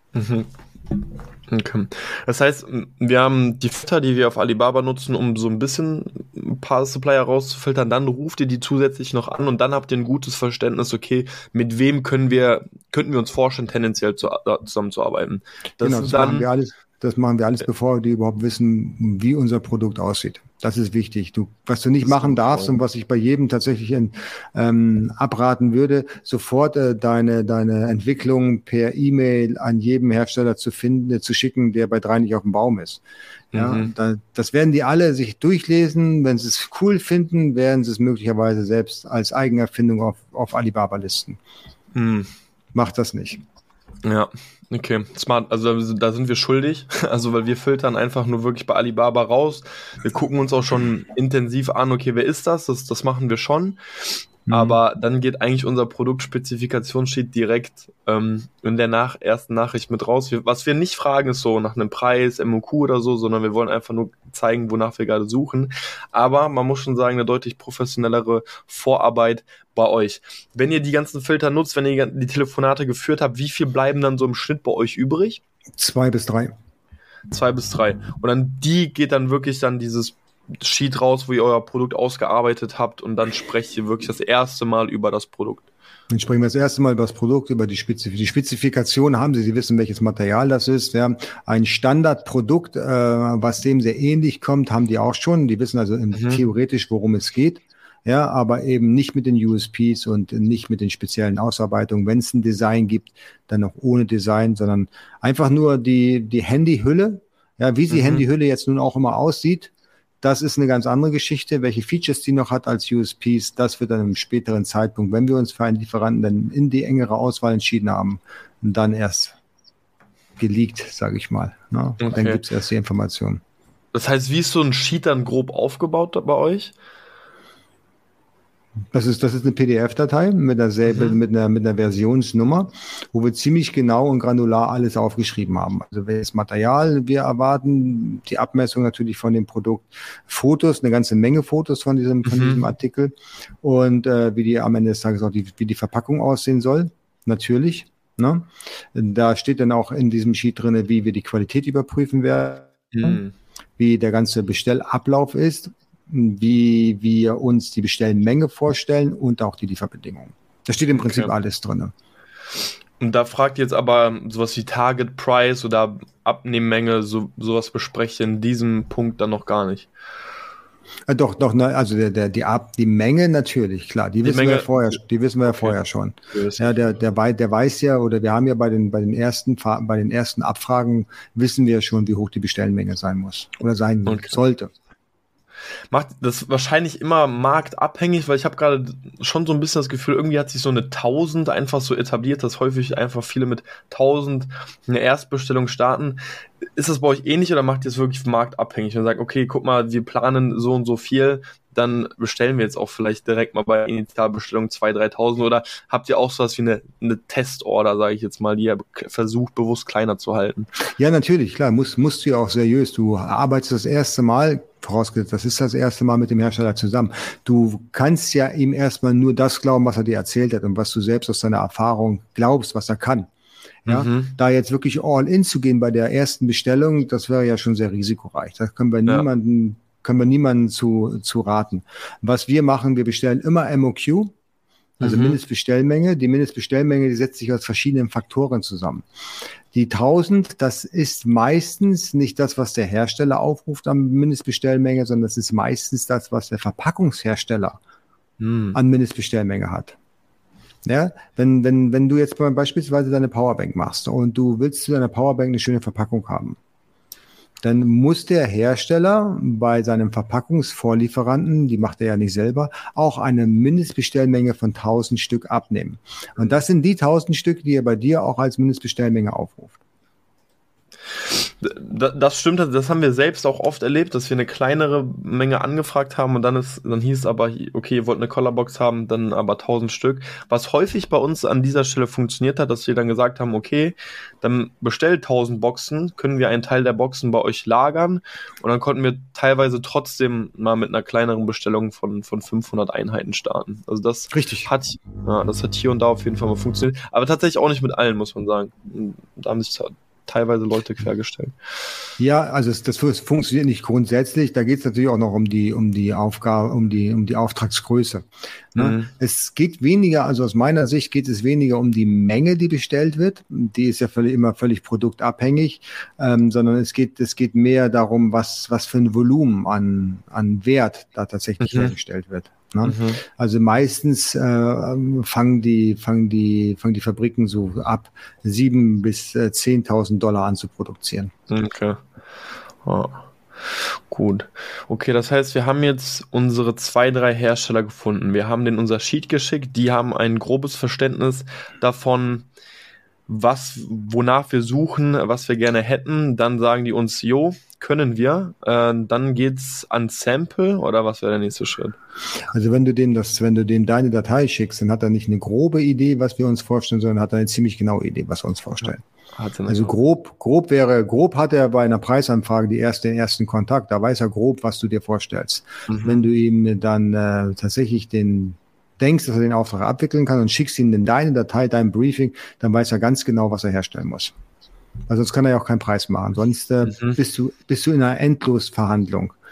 S2: Okay. Das heißt, wir haben die Filter, die wir auf Alibaba nutzen, um so ein bisschen ein paar Supplier rauszufiltern. Dann ruft ihr die zusätzlich noch an und dann habt ihr ein gutes Verständnis, okay, mit wem könnten wir uns vorstellen, tendenziell zusammenzuarbeiten.
S3: Das machen wir alles, bevor die überhaupt wissen, wie unser Produkt aussieht. Das ist wichtig. Was du nicht machen darfst und was ich bei jedem tatsächlich abraten würde, sofort deine Entwicklung per E-Mail an jedem Hersteller zu schicken, der bei 3 nicht auf dem Baum ist. Ja, das werden die alle sich durchlesen. Wenn sie es cool finden, werden sie es möglicherweise selbst als Eigenerfindung auf Alibaba listen. Macht das nicht.
S2: Ja, okay, smart. Also da sind wir schuldig, also weil wir filtern einfach nur wirklich bei Alibaba raus. Wir gucken uns auch schon intensiv an, okay, wer ist das? Das machen wir schon. Aber dann geht eigentlich unser Produktspezifikationssheet direkt in der ersten Nachricht mit raus. Was wir nicht fragen, ist so nach einem Preis, MOQ oder so, sondern wir wollen einfach nur zeigen, wonach wir gerade suchen. Aber man muss schon sagen, eine deutlich professionellere Vorarbeit bei euch. Wenn ihr die ganzen Filter nutzt, wenn ihr die Telefonate geführt habt, wie viel bleiben dann so im Schnitt bei euch übrig?
S3: 2 bis 3.
S2: 2 bis 3. Und dann geht dann wirklich dann dieses Sheet raus, wo ihr euer Produkt ausgearbeitet habt und dann sprecht ihr wirklich das erste Mal über das Produkt.
S3: Dann sprechen wir das erste Mal über das Produkt, über die Spezifikation haben Sie wissen, welches Material das ist. Ja. Ein Standardprodukt, was dem sehr ähnlich kommt, haben die auch schon. Die wissen also theoretisch, worum es geht. Ja, aber eben nicht mit den USPs und nicht mit den speziellen Ausarbeitungen. Wenn es ein Design gibt, dann auch ohne Design, sondern einfach nur die Handyhülle. Ja, wie die Handyhülle jetzt nun auch immer aussieht, das ist eine ganz andere Geschichte. Welche Features die noch hat als USPs, das wird dann im späteren Zeitpunkt, wenn wir uns für einen Lieferanten dann in die engere Auswahl entschieden haben, dann erst geleakt, sage ich mal. Ne? Okay. Dann gibt es erst die Informationen.
S2: Das heißt, wie ist so ein Sheet dann grob aufgebaut bei euch?
S3: Das ist eine PDF-Datei mit einer Versionsnummer, wo wir ziemlich genau und granular alles aufgeschrieben haben. Also welches Material wir erwarten, die Abmessung natürlich von dem Produkt, Fotos, eine ganze Menge Fotos von diesem Artikel und wie die am Ende des Tages auch wie die Verpackung aussehen soll, natürlich. Ne? Da steht dann auch in diesem Sheet drin, wie wir die Qualität überprüfen werden, wie der ganze Bestellablauf ist, wie wir uns die Bestellmenge vorstellen und auch die Lieferbedingungen. Da steht im Prinzip alles drin.
S2: Und da fragt jetzt aber sowas wie Target Price oder Abnehmmenge, sowas bespreche ich in diesem Punkt dann noch gar nicht.
S3: Doch, also die Menge natürlich, klar, die wissen wir ja vorher schon. Ja, der weiß ja, oder wir haben ja bei den ersten Abfragen wissen wir schon, wie hoch die Bestellmenge sein muss oder sein sollte.
S2: Macht das wahrscheinlich immer marktabhängig, weil ich habe gerade schon so ein bisschen das Gefühl, irgendwie hat sich so eine 1000 einfach so etabliert, dass häufig einfach viele mit 1000 eine Erstbestellung starten. Ist das bei euch ähnlich oder macht ihr es wirklich marktabhängig und sagt, okay, guck mal, wir planen so und so viel, dann bestellen wir jetzt auch vielleicht direkt mal bei Initialbestellung 2.000, 3.000 oder habt ihr auch sowas wie eine Testorder, sage ich jetzt mal, die ihr versucht bewusst kleiner zu halten?
S3: Ja, natürlich, klar, musst du ja auch seriös. Du arbeitest das erste Mal, vorausgesetzt, das ist das erste Mal mit dem Hersteller zusammen. Du kannst ja ihm erstmal nur das glauben, was er dir erzählt hat und was du selbst aus deiner Erfahrung glaubst, was er kann. Ja, da jetzt wirklich all in zu gehen bei der ersten Bestellung, das wäre ja schon sehr risikoreich. Das können wir niemanden zu raten. Was wir machen, wir bestellen immer MOQ, also Mindestbestellmenge. Die Mindestbestellmenge, die setzt sich aus verschiedenen Faktoren zusammen. Die 1000, das ist meistens nicht das, was der Hersteller aufruft an Mindestbestellmenge, sondern das ist meistens das, was der Verpackungshersteller an Mindestbestellmenge hat. Ja, wenn du jetzt beispielsweise deine Powerbank machst und du willst zu deiner Powerbank eine schöne Verpackung haben, dann muss der Hersteller bei seinem Verpackungsvorlieferanten, die macht er ja nicht selber, auch eine Mindestbestellmenge von 1000 Stück abnehmen. Und das sind die 1000 Stück, die er bei dir auch als Mindestbestellmenge aufruft.
S2: Das stimmt, das haben wir selbst auch oft erlebt, dass wir eine kleinere Menge angefragt haben und dann hieß es aber, okay, ihr wollt eine Colorbox haben, dann aber 1000 Stück. Was häufig bei uns an dieser Stelle funktioniert hat, dass wir dann gesagt haben, okay, dann bestellt 1000 Boxen, können wir einen Teil der Boxen bei euch lagern und dann konnten wir teilweise trotzdem mal mit einer kleineren Bestellung von 500 Einheiten starten. Also das hat hier und da auf jeden Fall mal funktioniert, aber tatsächlich auch nicht mit allen, muss man sagen. Da haben sich teilweise Leute quergestellt.
S3: Ja, also das funktioniert nicht grundsätzlich. Da geht es natürlich auch noch um die Aufgabe, um die Auftragsgröße. Ne? Es geht weniger, also aus meiner Sicht geht es weniger um die Menge, die bestellt wird. Die ist ja immer völlig produktabhängig, sondern es geht mehr darum, was für ein Volumen an Wert da tatsächlich hergestellt wird. Ne? Also meistens fangen die Fabriken so ab 7.000 bis 10.000 Dollar an zu produzieren.
S2: Okay. Oh. Gut. Okay, das heißt, wir haben jetzt unsere 2-3 Hersteller gefunden. Wir haben denen unser Sheet geschickt. Die haben ein grobes Verständnis davon, wonach wir suchen, was wir gerne hätten. Dann sagen die uns, können wir. Dann geht's an Sample oder was wäre der nächste Schritt?
S3: Also wenn du dem deine Datei schickst, dann hat er nicht eine grobe Idee, was wir uns vorstellen, sondern hat er eine ziemlich genaue Idee, was wir uns vorstellen. Also grob hat er bei einer Preisanfrage den ersten Kontakt, da weiß er grob, was du dir vorstellst. Wenn du ihm dann tatsächlich denkst, dass er den Auftrag abwickeln kann und schickst ihm in deine Datei, dein Briefing, dann weiß er ganz genau, was er herstellen muss. Also sonst kann er ja auch keinen Preis machen. Sonst bist du in einer Endlosverhandlung.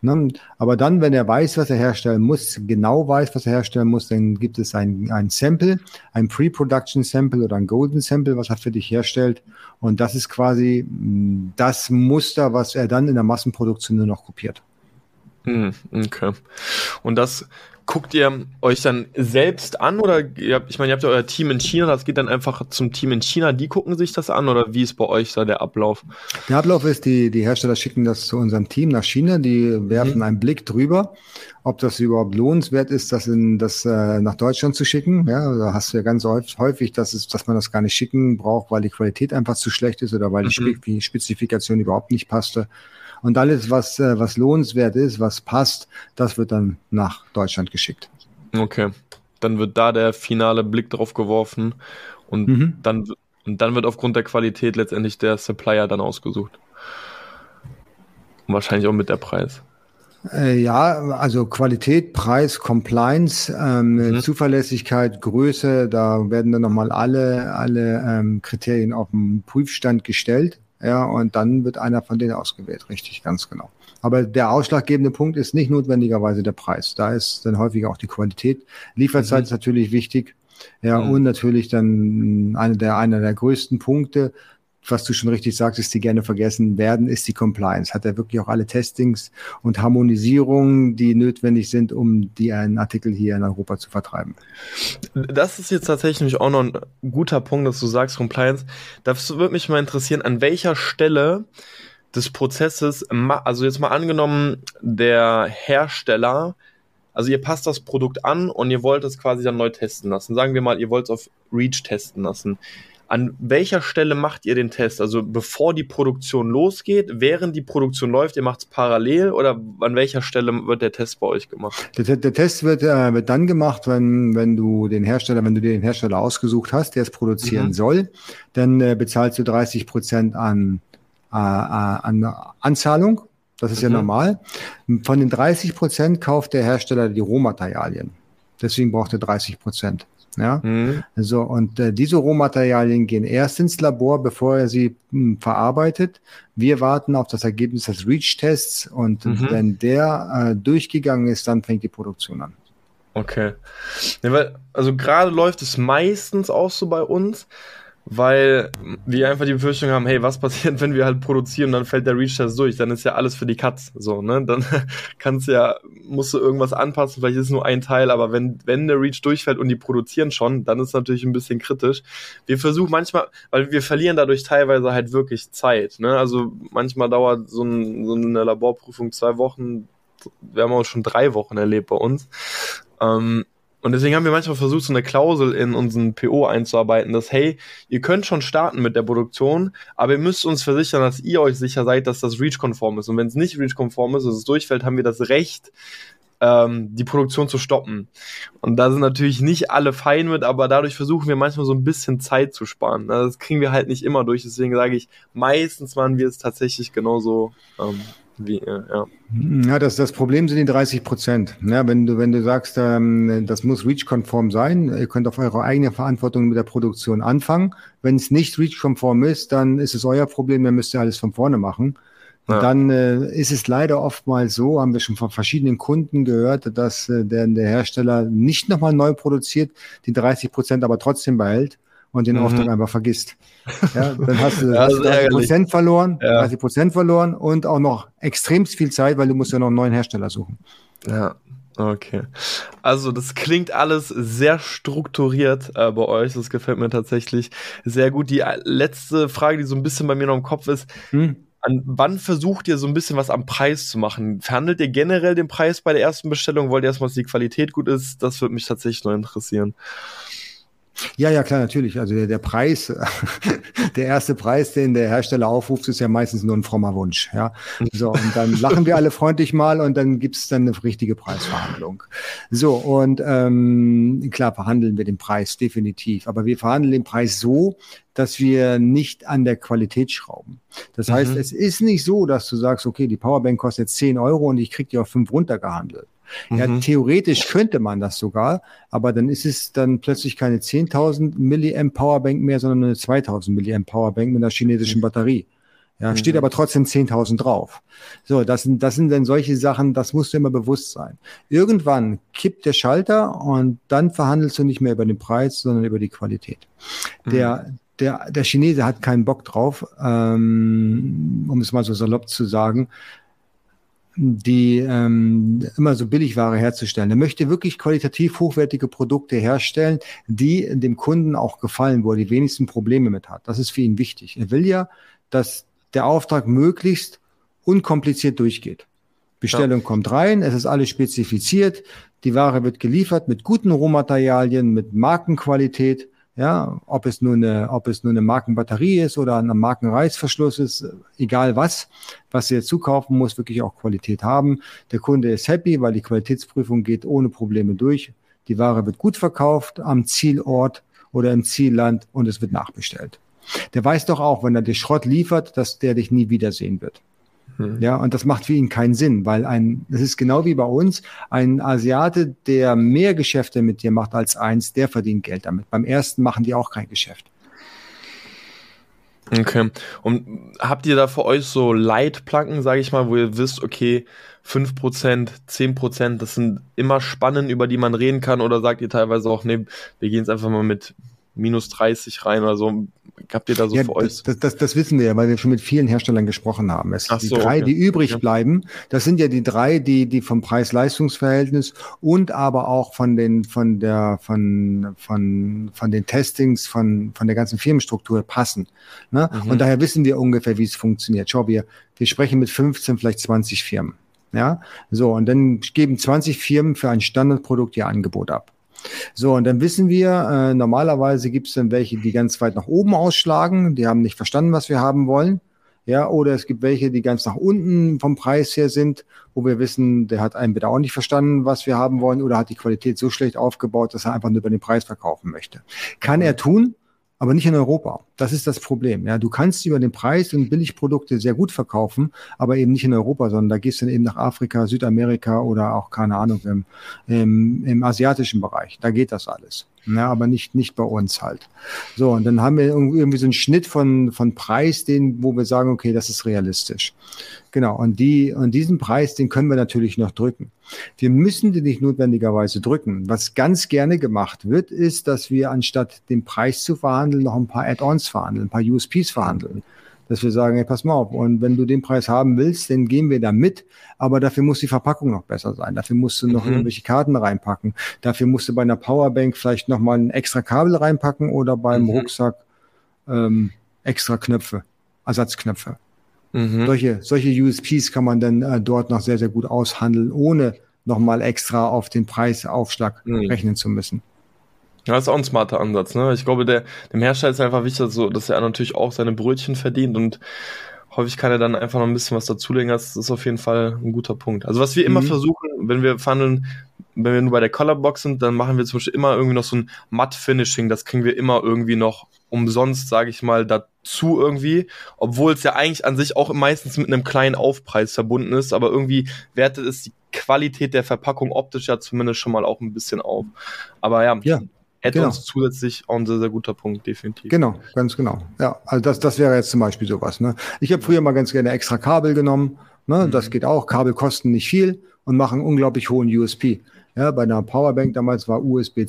S3: Ne? Aber dann, wenn er weiß, was er herstellen muss, genau weiß, was er herstellen muss, dann gibt es ein Sample, ein Pre-Production Sample oder ein Golden Sample, was er für dich herstellt. Und das ist quasi das Muster, was er dann in der Massenproduktion nur noch kopiert.
S2: Okay. Und das guckt ihr euch dann selbst an oder ihr habt ja euer Team in China, das geht dann einfach zum Team in China, die gucken sich das an oder wie ist bei euch da der Ablauf?
S3: Der Ablauf ist, die Hersteller schicken das zu unserem Team nach China, die werfen einen Blick drüber, ob das überhaupt lohnenswert ist, das nach Deutschland zu schicken. Ja, da hast du ja ganz häufig, dass man das gar nicht schicken braucht, weil die Qualität einfach zu schlecht ist oder weil die Spezifikation überhaupt nicht passte. Und alles, was lohnenswert ist, was passt, das wird dann nach Deutschland geschickt.
S2: Okay, dann wird da der finale Blick drauf geworfen und dann wird aufgrund der Qualität letztendlich der Supplier dann ausgesucht. Und wahrscheinlich auch mit der Preis.
S3: Ja, also Qualität, Preis, Compliance, Zuverlässigkeit, Größe, da werden dann nochmal alle Kriterien auf den Prüfstand gestellt. Ja, und dann wird einer von denen ausgewählt, richtig, ganz genau. Aber der ausschlaggebende Punkt ist nicht notwendigerweise der Preis. Da ist dann häufig auch die Qualität. Lieferzeit ist natürlich wichtig. Ja, und natürlich dann einer der größten Punkte, was du schon richtig sagtest, die gerne vergessen werden, ist die Compliance. Hat er wirklich auch alle Testings und Harmonisierungen, die notwendig sind, um einen Artikel hier in Europa zu vertreiben?
S2: Das ist jetzt tatsächlich auch noch ein guter Punkt, dass du sagst, Compliance. Das würde mich mal interessieren, an welcher Stelle des Prozesses, also jetzt mal angenommen, der Hersteller, also ihr passt das Produkt an und ihr wollt es quasi dann neu testen lassen. Sagen wir mal, ihr wollt es auf REACH testen lassen. An welcher Stelle macht ihr den Test? Also bevor die Produktion losgeht, während die Produktion läuft, ihr macht es parallel oder an welcher Stelle wird der Test bei euch gemacht?
S3: Der Test wird dann gemacht, wenn du dir den Hersteller ausgesucht hast, der es produzieren soll, dann bezahlst du 30% an Anzahlung. Das ist ja normal. Von den 30% kauft der Hersteller die Rohmaterialien. Deswegen braucht er 30%. Ja, so, und diese Rohmaterialien gehen erst ins Labor, bevor er sie verarbeitet. Wir warten auf das Ergebnis des REACH-Tests und wenn der durchgegangen ist, dann fängt die Produktion an.
S2: Okay. Ja, also gerade läuft es meistens auch so bei uns, weil wir einfach die Befürchtung haben, hey, was passiert, wenn wir halt produzieren, dann fällt der REACH-Test durch, dann ist ja alles für die Katz, so, ne, dann musst du irgendwas anpassen, vielleicht ist es nur ein Teil, aber wenn der REACH durchfällt und die produzieren schon, dann ist es natürlich ein bisschen kritisch. Wir versuchen manchmal, weil wir verlieren dadurch teilweise halt wirklich Zeit, ne, also manchmal dauert so eine Laborprüfung 2 Wochen, wir haben auch schon 3 Wochen erlebt bei uns, und deswegen haben wir manchmal versucht, so eine Klausel in unseren PO einzuarbeiten, dass, hey, ihr könnt schon starten mit der Produktion, aber ihr müsst uns versichern, dass ihr euch sicher seid, dass das REACH-konform ist. Und wenn es nicht REACH-konform ist, dass es durchfällt, haben wir das Recht, die Produktion zu stoppen. Und da sind natürlich nicht alle fein mit, aber dadurch versuchen wir manchmal so ein bisschen Zeit zu sparen. Das kriegen wir halt nicht immer durch, deswegen sage ich, meistens machen wir es tatsächlich genauso
S3: Ja, das Problem sind die 30%. Ja, wenn du sagst, das muss REACH-konform sein, ihr könnt auf eure eigene Verantwortung mit der Produktion anfangen. Wenn es nicht REACH-konform ist, dann ist es euer Problem, dann müsst ihr alles von vorne machen. Ja. Dann ist es leider oftmals so, haben wir schon von verschiedenen Kunden gehört, dass der Hersteller nicht nochmal neu produziert, die 30% aber trotzdem behält und den Auftrag einfach vergisst. Ja, dann hast du 30% verloren, 30% verloren und auch noch extrem viel Zeit, weil du musst ja noch einen neuen Hersteller suchen.
S2: Ja, okay. Also das klingt alles sehr strukturiert bei euch. Das gefällt mir tatsächlich sehr gut. Die letzte Frage, die so ein bisschen bei mir noch im Kopf ist, an wann versucht ihr so ein bisschen was am Preis zu machen? Verhandelt ihr generell den Preis bei der ersten Bestellung? Wollt ihr erstmal, dass die Qualität gut ist? Das würde mich tatsächlich noch interessieren.
S3: Ja, klar, natürlich. Also der Preis, der erste Preis, den der Hersteller aufruft, ist ja meistens nur ein frommer Wunsch. Ja, so, und dann lachen wir alle freundlich mal und dann gibt's dann eine richtige Preisverhandlung. So, und klar verhandeln wir den Preis definitiv, aber wir verhandeln den Preis so, dass wir nicht an der Qualität schrauben. Das heißt, es ist nicht so, dass du sagst, okay, die Powerbank kostet 10 Euro und ich krieg die auf 5 runtergehandelt. Ja, theoretisch könnte man das sogar, aber dann ist es dann plötzlich keine 10.000 Milliamp Powerbank mehr, sondern eine 2.000 Milliamp Powerbank mit einer chinesischen Batterie. Ja, steht aber trotzdem 10.000 drauf. So, das sind dann solche Sachen, das musst du immer bewusst sein. Irgendwann kippt der Schalter und dann verhandelst du nicht mehr über den Preis, sondern über die Qualität. Der Chinese hat keinen Bock drauf, um es mal so salopp zu sagen, die immer so Billigware herzustellen. Er möchte wirklich qualitativ hochwertige Produkte herstellen, die dem Kunden auch gefallen, wo er die wenigsten Probleme mit hat. Das ist für ihn wichtig. Er will ja, dass der Auftrag möglichst unkompliziert durchgeht. Bestellung kommt rein, es ist alles spezifiziert, die Ware wird geliefert mit guten Rohmaterialien, mit Markenqualität. Ja, ob es nur eine Markenbatterie ist oder ein Markenreißverschluss ist, egal was du jetzt zukaufen muss, wirklich auch Qualität haben. Der Kunde ist happy, weil die Qualitätsprüfung geht ohne Probleme durch. Die Ware wird gut verkauft am Zielort oder im Zielland und es wird nachbestellt. Der weiß doch auch, wenn er dir Schrott liefert, dass der dich nie wiedersehen wird. Ja, und das macht für ihn keinen Sinn, weil das ist genau wie bei uns, ein Asiate, der mehr Geschäfte mit dir macht als eins, der verdient Geld damit. Beim ersten machen die auch kein Geschäft.
S2: Okay. Und habt ihr da für euch so Leitplanken, sage ich mal, wo ihr wisst, okay, 5%, 10%, das sind immer Spannen, über die man reden kann, oder sagt ihr teilweise auch, nee, wir gehen jetzt einfach mal mit minus 30 rein oder so? Habt ihr da so für euch?
S3: Das wissen wir ja, weil wir schon mit vielen Herstellern gesprochen haben. Die drei, die übrig bleiben, das sind ja die drei, die vom Preis-Leistungs-Verhältnis und aber auch von den Testings, von der ganzen Firmenstruktur passen. Ne? Und daher wissen wir ungefähr, wie es funktioniert. Schau, wir sprechen mit 15, vielleicht 20 Firmen. Ja, so, und dann geben 20 Firmen für ein Standardprodukt ihr Angebot ab. So, und dann wissen wir, normalerweise gibt es dann welche, die ganz weit nach oben ausschlagen, die haben nicht verstanden, was wir haben wollen. Ja, oder es gibt welche, die ganz nach unten vom Preis her sind, wo wir wissen, der hat entweder auch nicht verstanden, was wir haben wollen, oder hat die Qualität so schlecht aufgebaut, dass er einfach nur über den Preis verkaufen möchte. Kann er tun, aber nicht in Europa. Das ist das Problem. Ja, du kannst über den Preis und Billigprodukte sehr gut verkaufen, aber eben nicht in Europa, sondern da gehst du dann eben nach Afrika, Südamerika oder auch, keine Ahnung, im asiatischen Bereich. Da geht das alles. Ja, aber nicht bei uns halt. So, und dann haben wir irgendwie so einen Schnitt von Preis, wo wir sagen, okay, das ist realistisch. Genau, und diesen Preis, den können wir natürlich noch drücken. Wir müssen den nicht notwendigerweise drücken. Was ganz gerne gemacht wird, ist, dass wir anstatt den Preis zu verhandeln, noch ein paar Add-ons verhandeln, ein paar USPs verhandeln. Dass wir sagen, hey, pass mal auf, und wenn du den Preis haben willst, dann gehen wir da mit, aber dafür muss die Verpackung noch besser sein. Dafür musst du noch irgendwelche Karten reinpacken. Dafür musst du bei einer Powerbank vielleicht nochmal ein extra Kabel reinpacken oder beim Rucksack extra Knöpfe, Ersatzknöpfe. Solche USPs kann man dann dort noch sehr, sehr gut aushandeln, ohne nochmal extra auf den Preisaufschlag rechnen zu müssen.
S2: Ja, das ist auch ein smarter Ansatz, ne? Ich glaube, dem Hersteller ist einfach wichtig, dass er natürlich auch seine Brötchen verdient, und häufig kann er dann einfach noch ein bisschen was dazulegen. Das ist auf jeden Fall ein guter Punkt. Also was wir immer versuchen, wenn wir verhandeln, wenn wir nur bei der Colorbox sind, dann machen wir zum Beispiel immer irgendwie noch so ein Matt-Finishing. Das kriegen wir immer irgendwie noch umsonst, sage ich mal, dazu irgendwie, obwohl es ja eigentlich an sich auch meistens mit einem kleinen Aufpreis verbunden ist, aber irgendwie wertet es die Qualität der Verpackung optisch ja zumindest schon mal auch ein bisschen auf. Aber ja. Add-ons zusätzlich auch ein sehr, sehr guter Punkt, definitiv.
S3: Genau, ganz genau. Ja, also das wäre jetzt zum Beispiel sowas. Ne? Ich habe früher mal ganz gerne extra Kabel genommen. Ne? Das geht auch. Kabel kosten nicht viel und machen unglaublich hohen USP. Ja, bei einer Powerbank damals war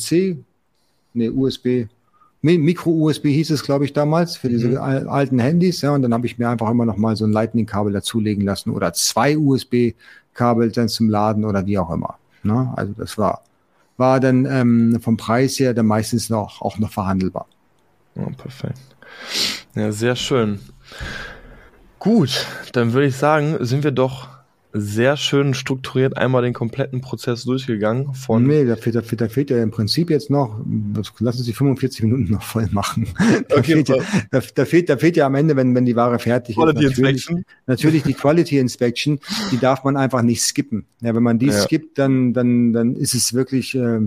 S3: Micro-USB hieß es, glaube ich, damals, für diese alten Handys. Ja, und dann habe ich mir einfach immer noch mal so ein Lightning-Kabel dazulegen lassen oder 2 USB-Kabel dann zum Laden oder wie auch immer. Ne? Also das war dann vom Preis her dann meistens auch noch verhandelbar.
S2: Oh, perfekt. Ja, sehr schön. Gut, dann würde ich sagen, sind wir doch sehr schön strukturiert einmal den kompletten Prozess durchgegangen.
S3: Nee, da fehlt ja im Prinzip jetzt noch, lassen Sie 45 Minuten noch voll machen. Da fehlt ja am Ende, wenn die Ware fertig ist, natürlich die Quality Inspection, die darf man einfach nicht skippen. Ja, wenn man die skippt, dann ist es wirklich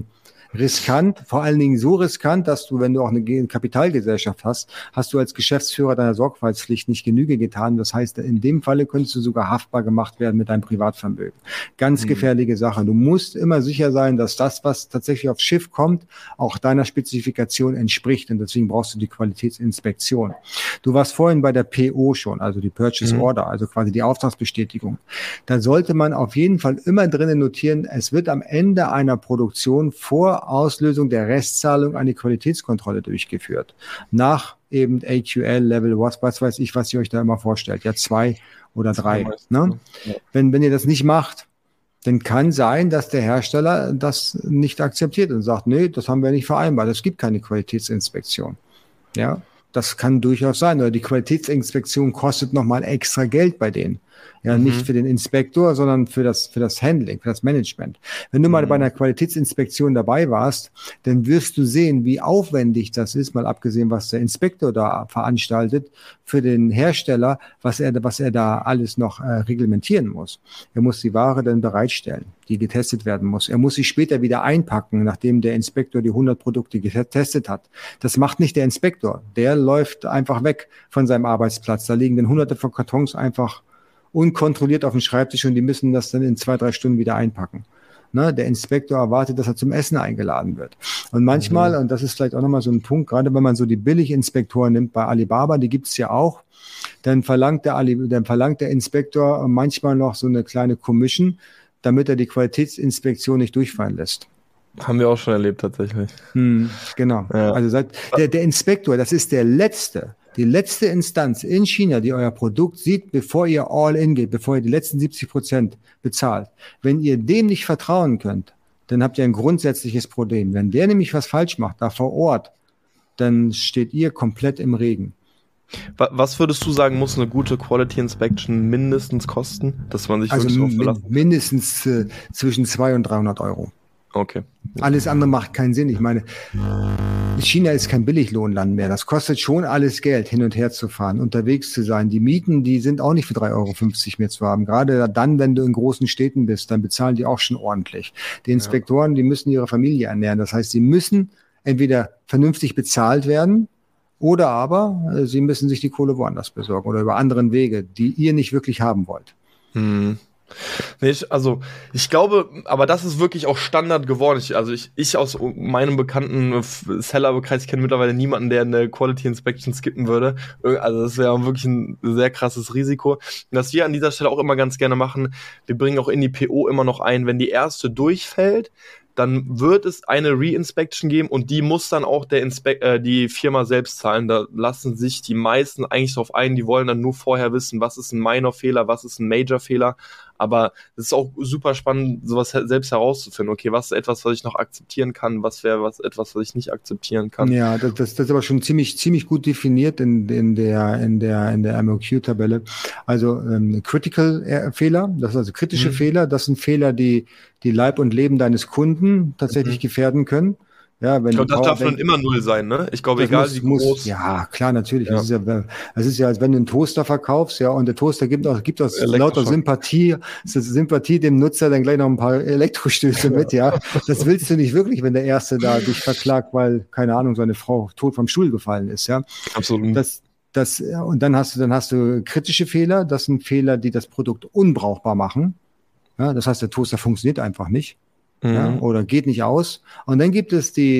S3: riskant, vor allen Dingen so riskant, dass du, wenn du auch eine Kapitalgesellschaft hast, hast du als Geschäftsführer deiner Sorgfaltspflicht nicht Genüge getan. Das heißt, in dem Falle könntest du sogar haftbar gemacht werden mit deinem Privatvermögen. Ganz gefährliche Sache. Du musst immer sicher sein, dass das, was tatsächlich aufs Schiff kommt, auch deiner Spezifikation entspricht. Und deswegen brauchst du die Qualitätsinspektion. Du warst vorhin bei der PO schon, also die Purchase Order, also quasi die Auftragsbestätigung. Da sollte man auf jeden Fall immer drinnen notieren, es wird am Ende einer Produktion vor Auslösung der Restzahlung eine Qualitätskontrolle durchgeführt. Nach eben AQL, Level, was weiß ich, was ihr euch da immer vorstellt. Ja, 2 oder 3. Ne? Ja. Wenn ihr das nicht macht, dann kann sein, dass der Hersteller das nicht akzeptiert und sagt, nee, das haben wir nicht vereinbart. Es gibt keine Qualitätsinspektion. Ja, das kann durchaus sein. Oder die Qualitätsinspektion kostet nochmal extra Geld bei denen. Ja, nicht für den Inspektor, sondern für das Handling, für das Management. Wenn du mal bei einer Qualitätsinspektion dabei warst, dann wirst du sehen, wie aufwendig das ist, mal abgesehen, was der Inspektor da veranstaltet, für den Hersteller, was er da alles noch reglementieren muss. Er muss die Ware dann bereitstellen, die getestet werden muss. Er muss sie später wieder einpacken, nachdem der Inspektor die 100 Produkte getestet hat. Das macht nicht der Inspektor. Der läuft einfach weg von seinem Arbeitsplatz. Da liegen dann hunderte von Kartons einfach unkontrolliert auf dem Schreibtisch und die müssen das dann in 2-3 Stunden wieder einpacken. Ne, der Inspektor erwartet, dass er zum Essen eingeladen wird. Und manchmal, und das ist vielleicht auch nochmal so ein Punkt, gerade wenn man so die Billiginspektoren nimmt bei Alibaba, die gibt's ja auch, dann verlangt der Inspektor manchmal noch so eine kleine Commission, damit er die Qualitätsinspektion nicht durchfallen lässt.
S2: Haben wir auch schon erlebt, tatsächlich.
S3: Genau. Ja. Also der Inspektor, das ist die letzte Instanz in China, die euer Produkt sieht, bevor ihr all-in geht, bevor ihr die letzten 70% bezahlt. Wenn ihr dem nicht vertrauen könnt, dann habt ihr ein grundsätzliches Problem. Wenn der nämlich was falsch macht, da vor Ort, dann steht ihr komplett im Regen.
S2: Was würdest du sagen, muss eine gute Quality Inspection mindestens kosten, dass man sich wirklich so verlassen kann?
S3: Mindestens zwischen 200 und 300 Euro.
S2: Okay.
S3: Alles andere macht keinen Sinn. Ich meine, China ist kein Billiglohnland mehr. Das kostet schon alles Geld, hin und her zu fahren, unterwegs zu sein. Die Mieten, die sind auch nicht für 3,50 Euro mehr zu haben. Gerade dann, wenn du in großen Städten bist, dann bezahlen die auch schon ordentlich. Die Inspektoren, die müssen ihre Familie ernähren. Das heißt, sie müssen entweder vernünftig bezahlt werden oder aber sie müssen sich die Kohle woanders besorgen oder über anderen Wege, die ihr nicht wirklich haben wollt.
S2: Also ich glaube, aber das ist wirklich auch Standard geworden. Ich aus meinem bekannten Seller-Kreis kenne mittlerweile niemanden, der eine Quality Inspection skippen würde. Also das wäre wirklich ein sehr krasses Risiko. Und was wir an dieser Stelle auch immer ganz gerne machen, wir bringen auch in die PO immer noch ein, wenn die erste durchfällt, dann wird es eine Re-Inspection geben und die muss dann auch die Firma selbst zahlen. Da lassen sich die meisten eigentlich drauf ein, die wollen dann nur vorher wissen, was ist ein Minor-Fehler, was ist ein Major-Fehler. Aber es ist auch super spannend, sowas selbst herauszufinden. Okay, was ist etwas, was ich noch akzeptieren kann? Was wäre etwas, was ich nicht akzeptieren kann?
S3: Ja, das ist aber schon ziemlich gut definiert in der MOQ-Tabelle. Also Critical-Fehler, das ist also kritische Fehler. Das sind Fehler, die Leib und Leben deines Kunden tatsächlich gefährden können. Ja, wenn
S2: ich glaube, das darf dann immer 0 sein, ne? Ich glaube, egal wie groß.
S3: Ja, klar, natürlich. Ja. Das ist ja, als wenn du einen Toaster verkaufst, ja, und der Toaster gibt aus lauter Sympathie dem Nutzer dann gleich noch ein paar Elektrostöße mit, ja. Das willst du nicht wirklich, wenn der Erste da dich verklagt, weil, keine Ahnung, seine Frau tot vom Stuhl gefallen ist, ja.
S2: Absolut.
S3: Und dann hast du kritische Fehler. Das sind Fehler, die das Produkt unbrauchbar machen. Ja, das heißt, der Toaster funktioniert einfach nicht. Ja, oder geht nicht aus. Und dann gibt es die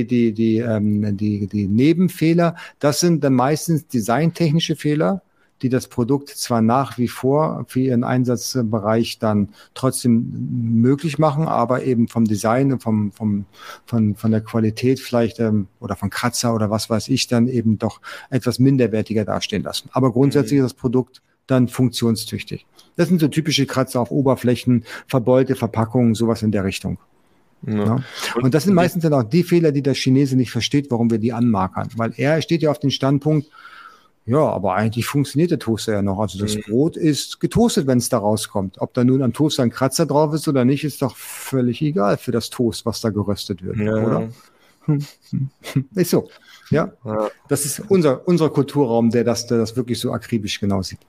S3: Nebenfehler. Das sind dann meistens designtechnische Fehler, die das Produkt zwar nach wie vor für ihren Einsatzbereich dann trotzdem möglich machen, aber eben vom Design und von der Qualität vielleicht oder von Kratzer oder was weiß ich dann eben doch etwas minderwertiger dastehen lassen. Aber grundsätzlich ist das Produkt dann funktionstüchtig. Das sind so typische Kratzer auf Oberflächen, verbeulte Verpackungen, sowas in der Richtung. Ja. Und das sind meistens dann auch die Fehler, die der Chinese nicht versteht, warum wir die anmarkern. Weil er steht ja auf den Standpunkt, ja, aber eigentlich funktioniert der Toaster ja noch. Also das Brot ist getoastet, wenn es da rauskommt. Ob da nun am Toaster ein Kratzer drauf ist oder nicht, ist doch völlig egal für das Toast, was da geröstet wird, oder? Ist so. Ja. Das ist unser Kulturraum, der das wirklich so akribisch genau sieht.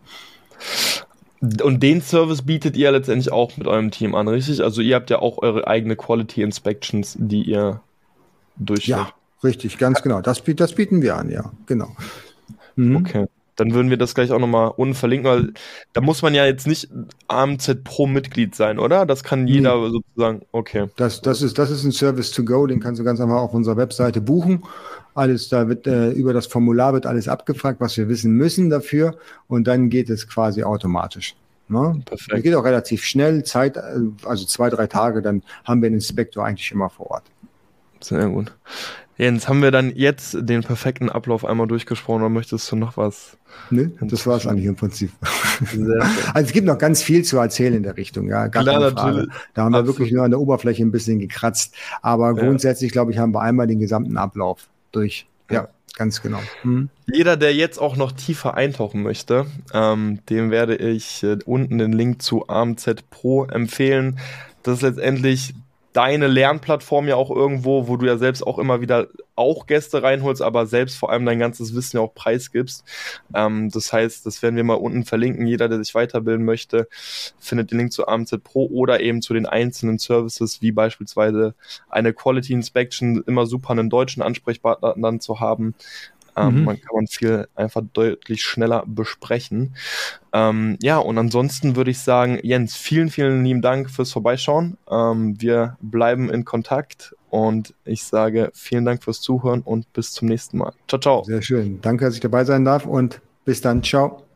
S2: Und den Service bietet ihr letztendlich auch mit eurem Team an, richtig? Also ihr habt ja auch eure eigene Quality Inspections, die ihr Durchschnitt.
S3: Ja, richtig, ganz genau. Das bieten wir an, ja, genau.
S2: Okay. Dann würden wir das gleich auch nochmal unten verlinken, weil da muss man ja jetzt nicht AMZ Pro Mitglied sein, oder? Das kann jeder sozusagen, okay.
S3: Das ist ein Service to go, den kannst du ganz einfach auf unserer Webseite buchen. Alles, da wird über das Formular wird alles abgefragt, was wir wissen müssen dafür, und dann geht es quasi automatisch. Ne?
S2: Perfekt.
S3: Das geht auch relativ schnell, also 2-3 Tage, dann haben wir den Inspektor eigentlich immer vor Ort.
S2: Sehr gut. Jens, haben wir dann jetzt den perfekten Ablauf einmal durchgesprochen, oder möchtest du noch was?
S3: Nö, das war es eigentlich im Prinzip.
S2: Sehr schön.
S3: Also es gibt noch ganz viel zu erzählen in der Richtung, ja, gar keine Frage.
S2: Natürlich.
S3: Da haben wir wirklich nur an der Oberfläche ein bisschen gekratzt. Aber grundsätzlich, glaube ich, haben wir einmal den gesamten Ablauf durch. Ja, ganz genau.
S2: Jeder, der jetzt auch noch tiefer eintauchen möchte, dem werde ich unten den Link zu AMZ Pro empfehlen. Das ist letztendlich deine Lernplattform ja auch irgendwo, wo du ja selbst auch immer wieder auch Gäste reinholst, aber selbst vor allem dein ganzes Wissen ja auch preisgibst. Das heißt, das werden wir mal unten verlinken. Jeder, der sich weiterbilden möchte, findet den Link zu AMZ Pro oder eben zu den einzelnen Services, wie beispielsweise eine Quality Inspection, immer super einen deutschen Ansprechpartner dann zu haben. Man kann viel einfach deutlich schneller besprechen. Ja, und ansonsten würde ich sagen, Jens, vielen, vielen lieben Dank fürs Vorbeischauen. Wir bleiben in Kontakt und ich sage vielen Dank fürs Zuhören und bis zum nächsten Mal. Ciao, ciao.
S3: Sehr schön. Danke, dass ich dabei sein darf, und bis dann. Ciao.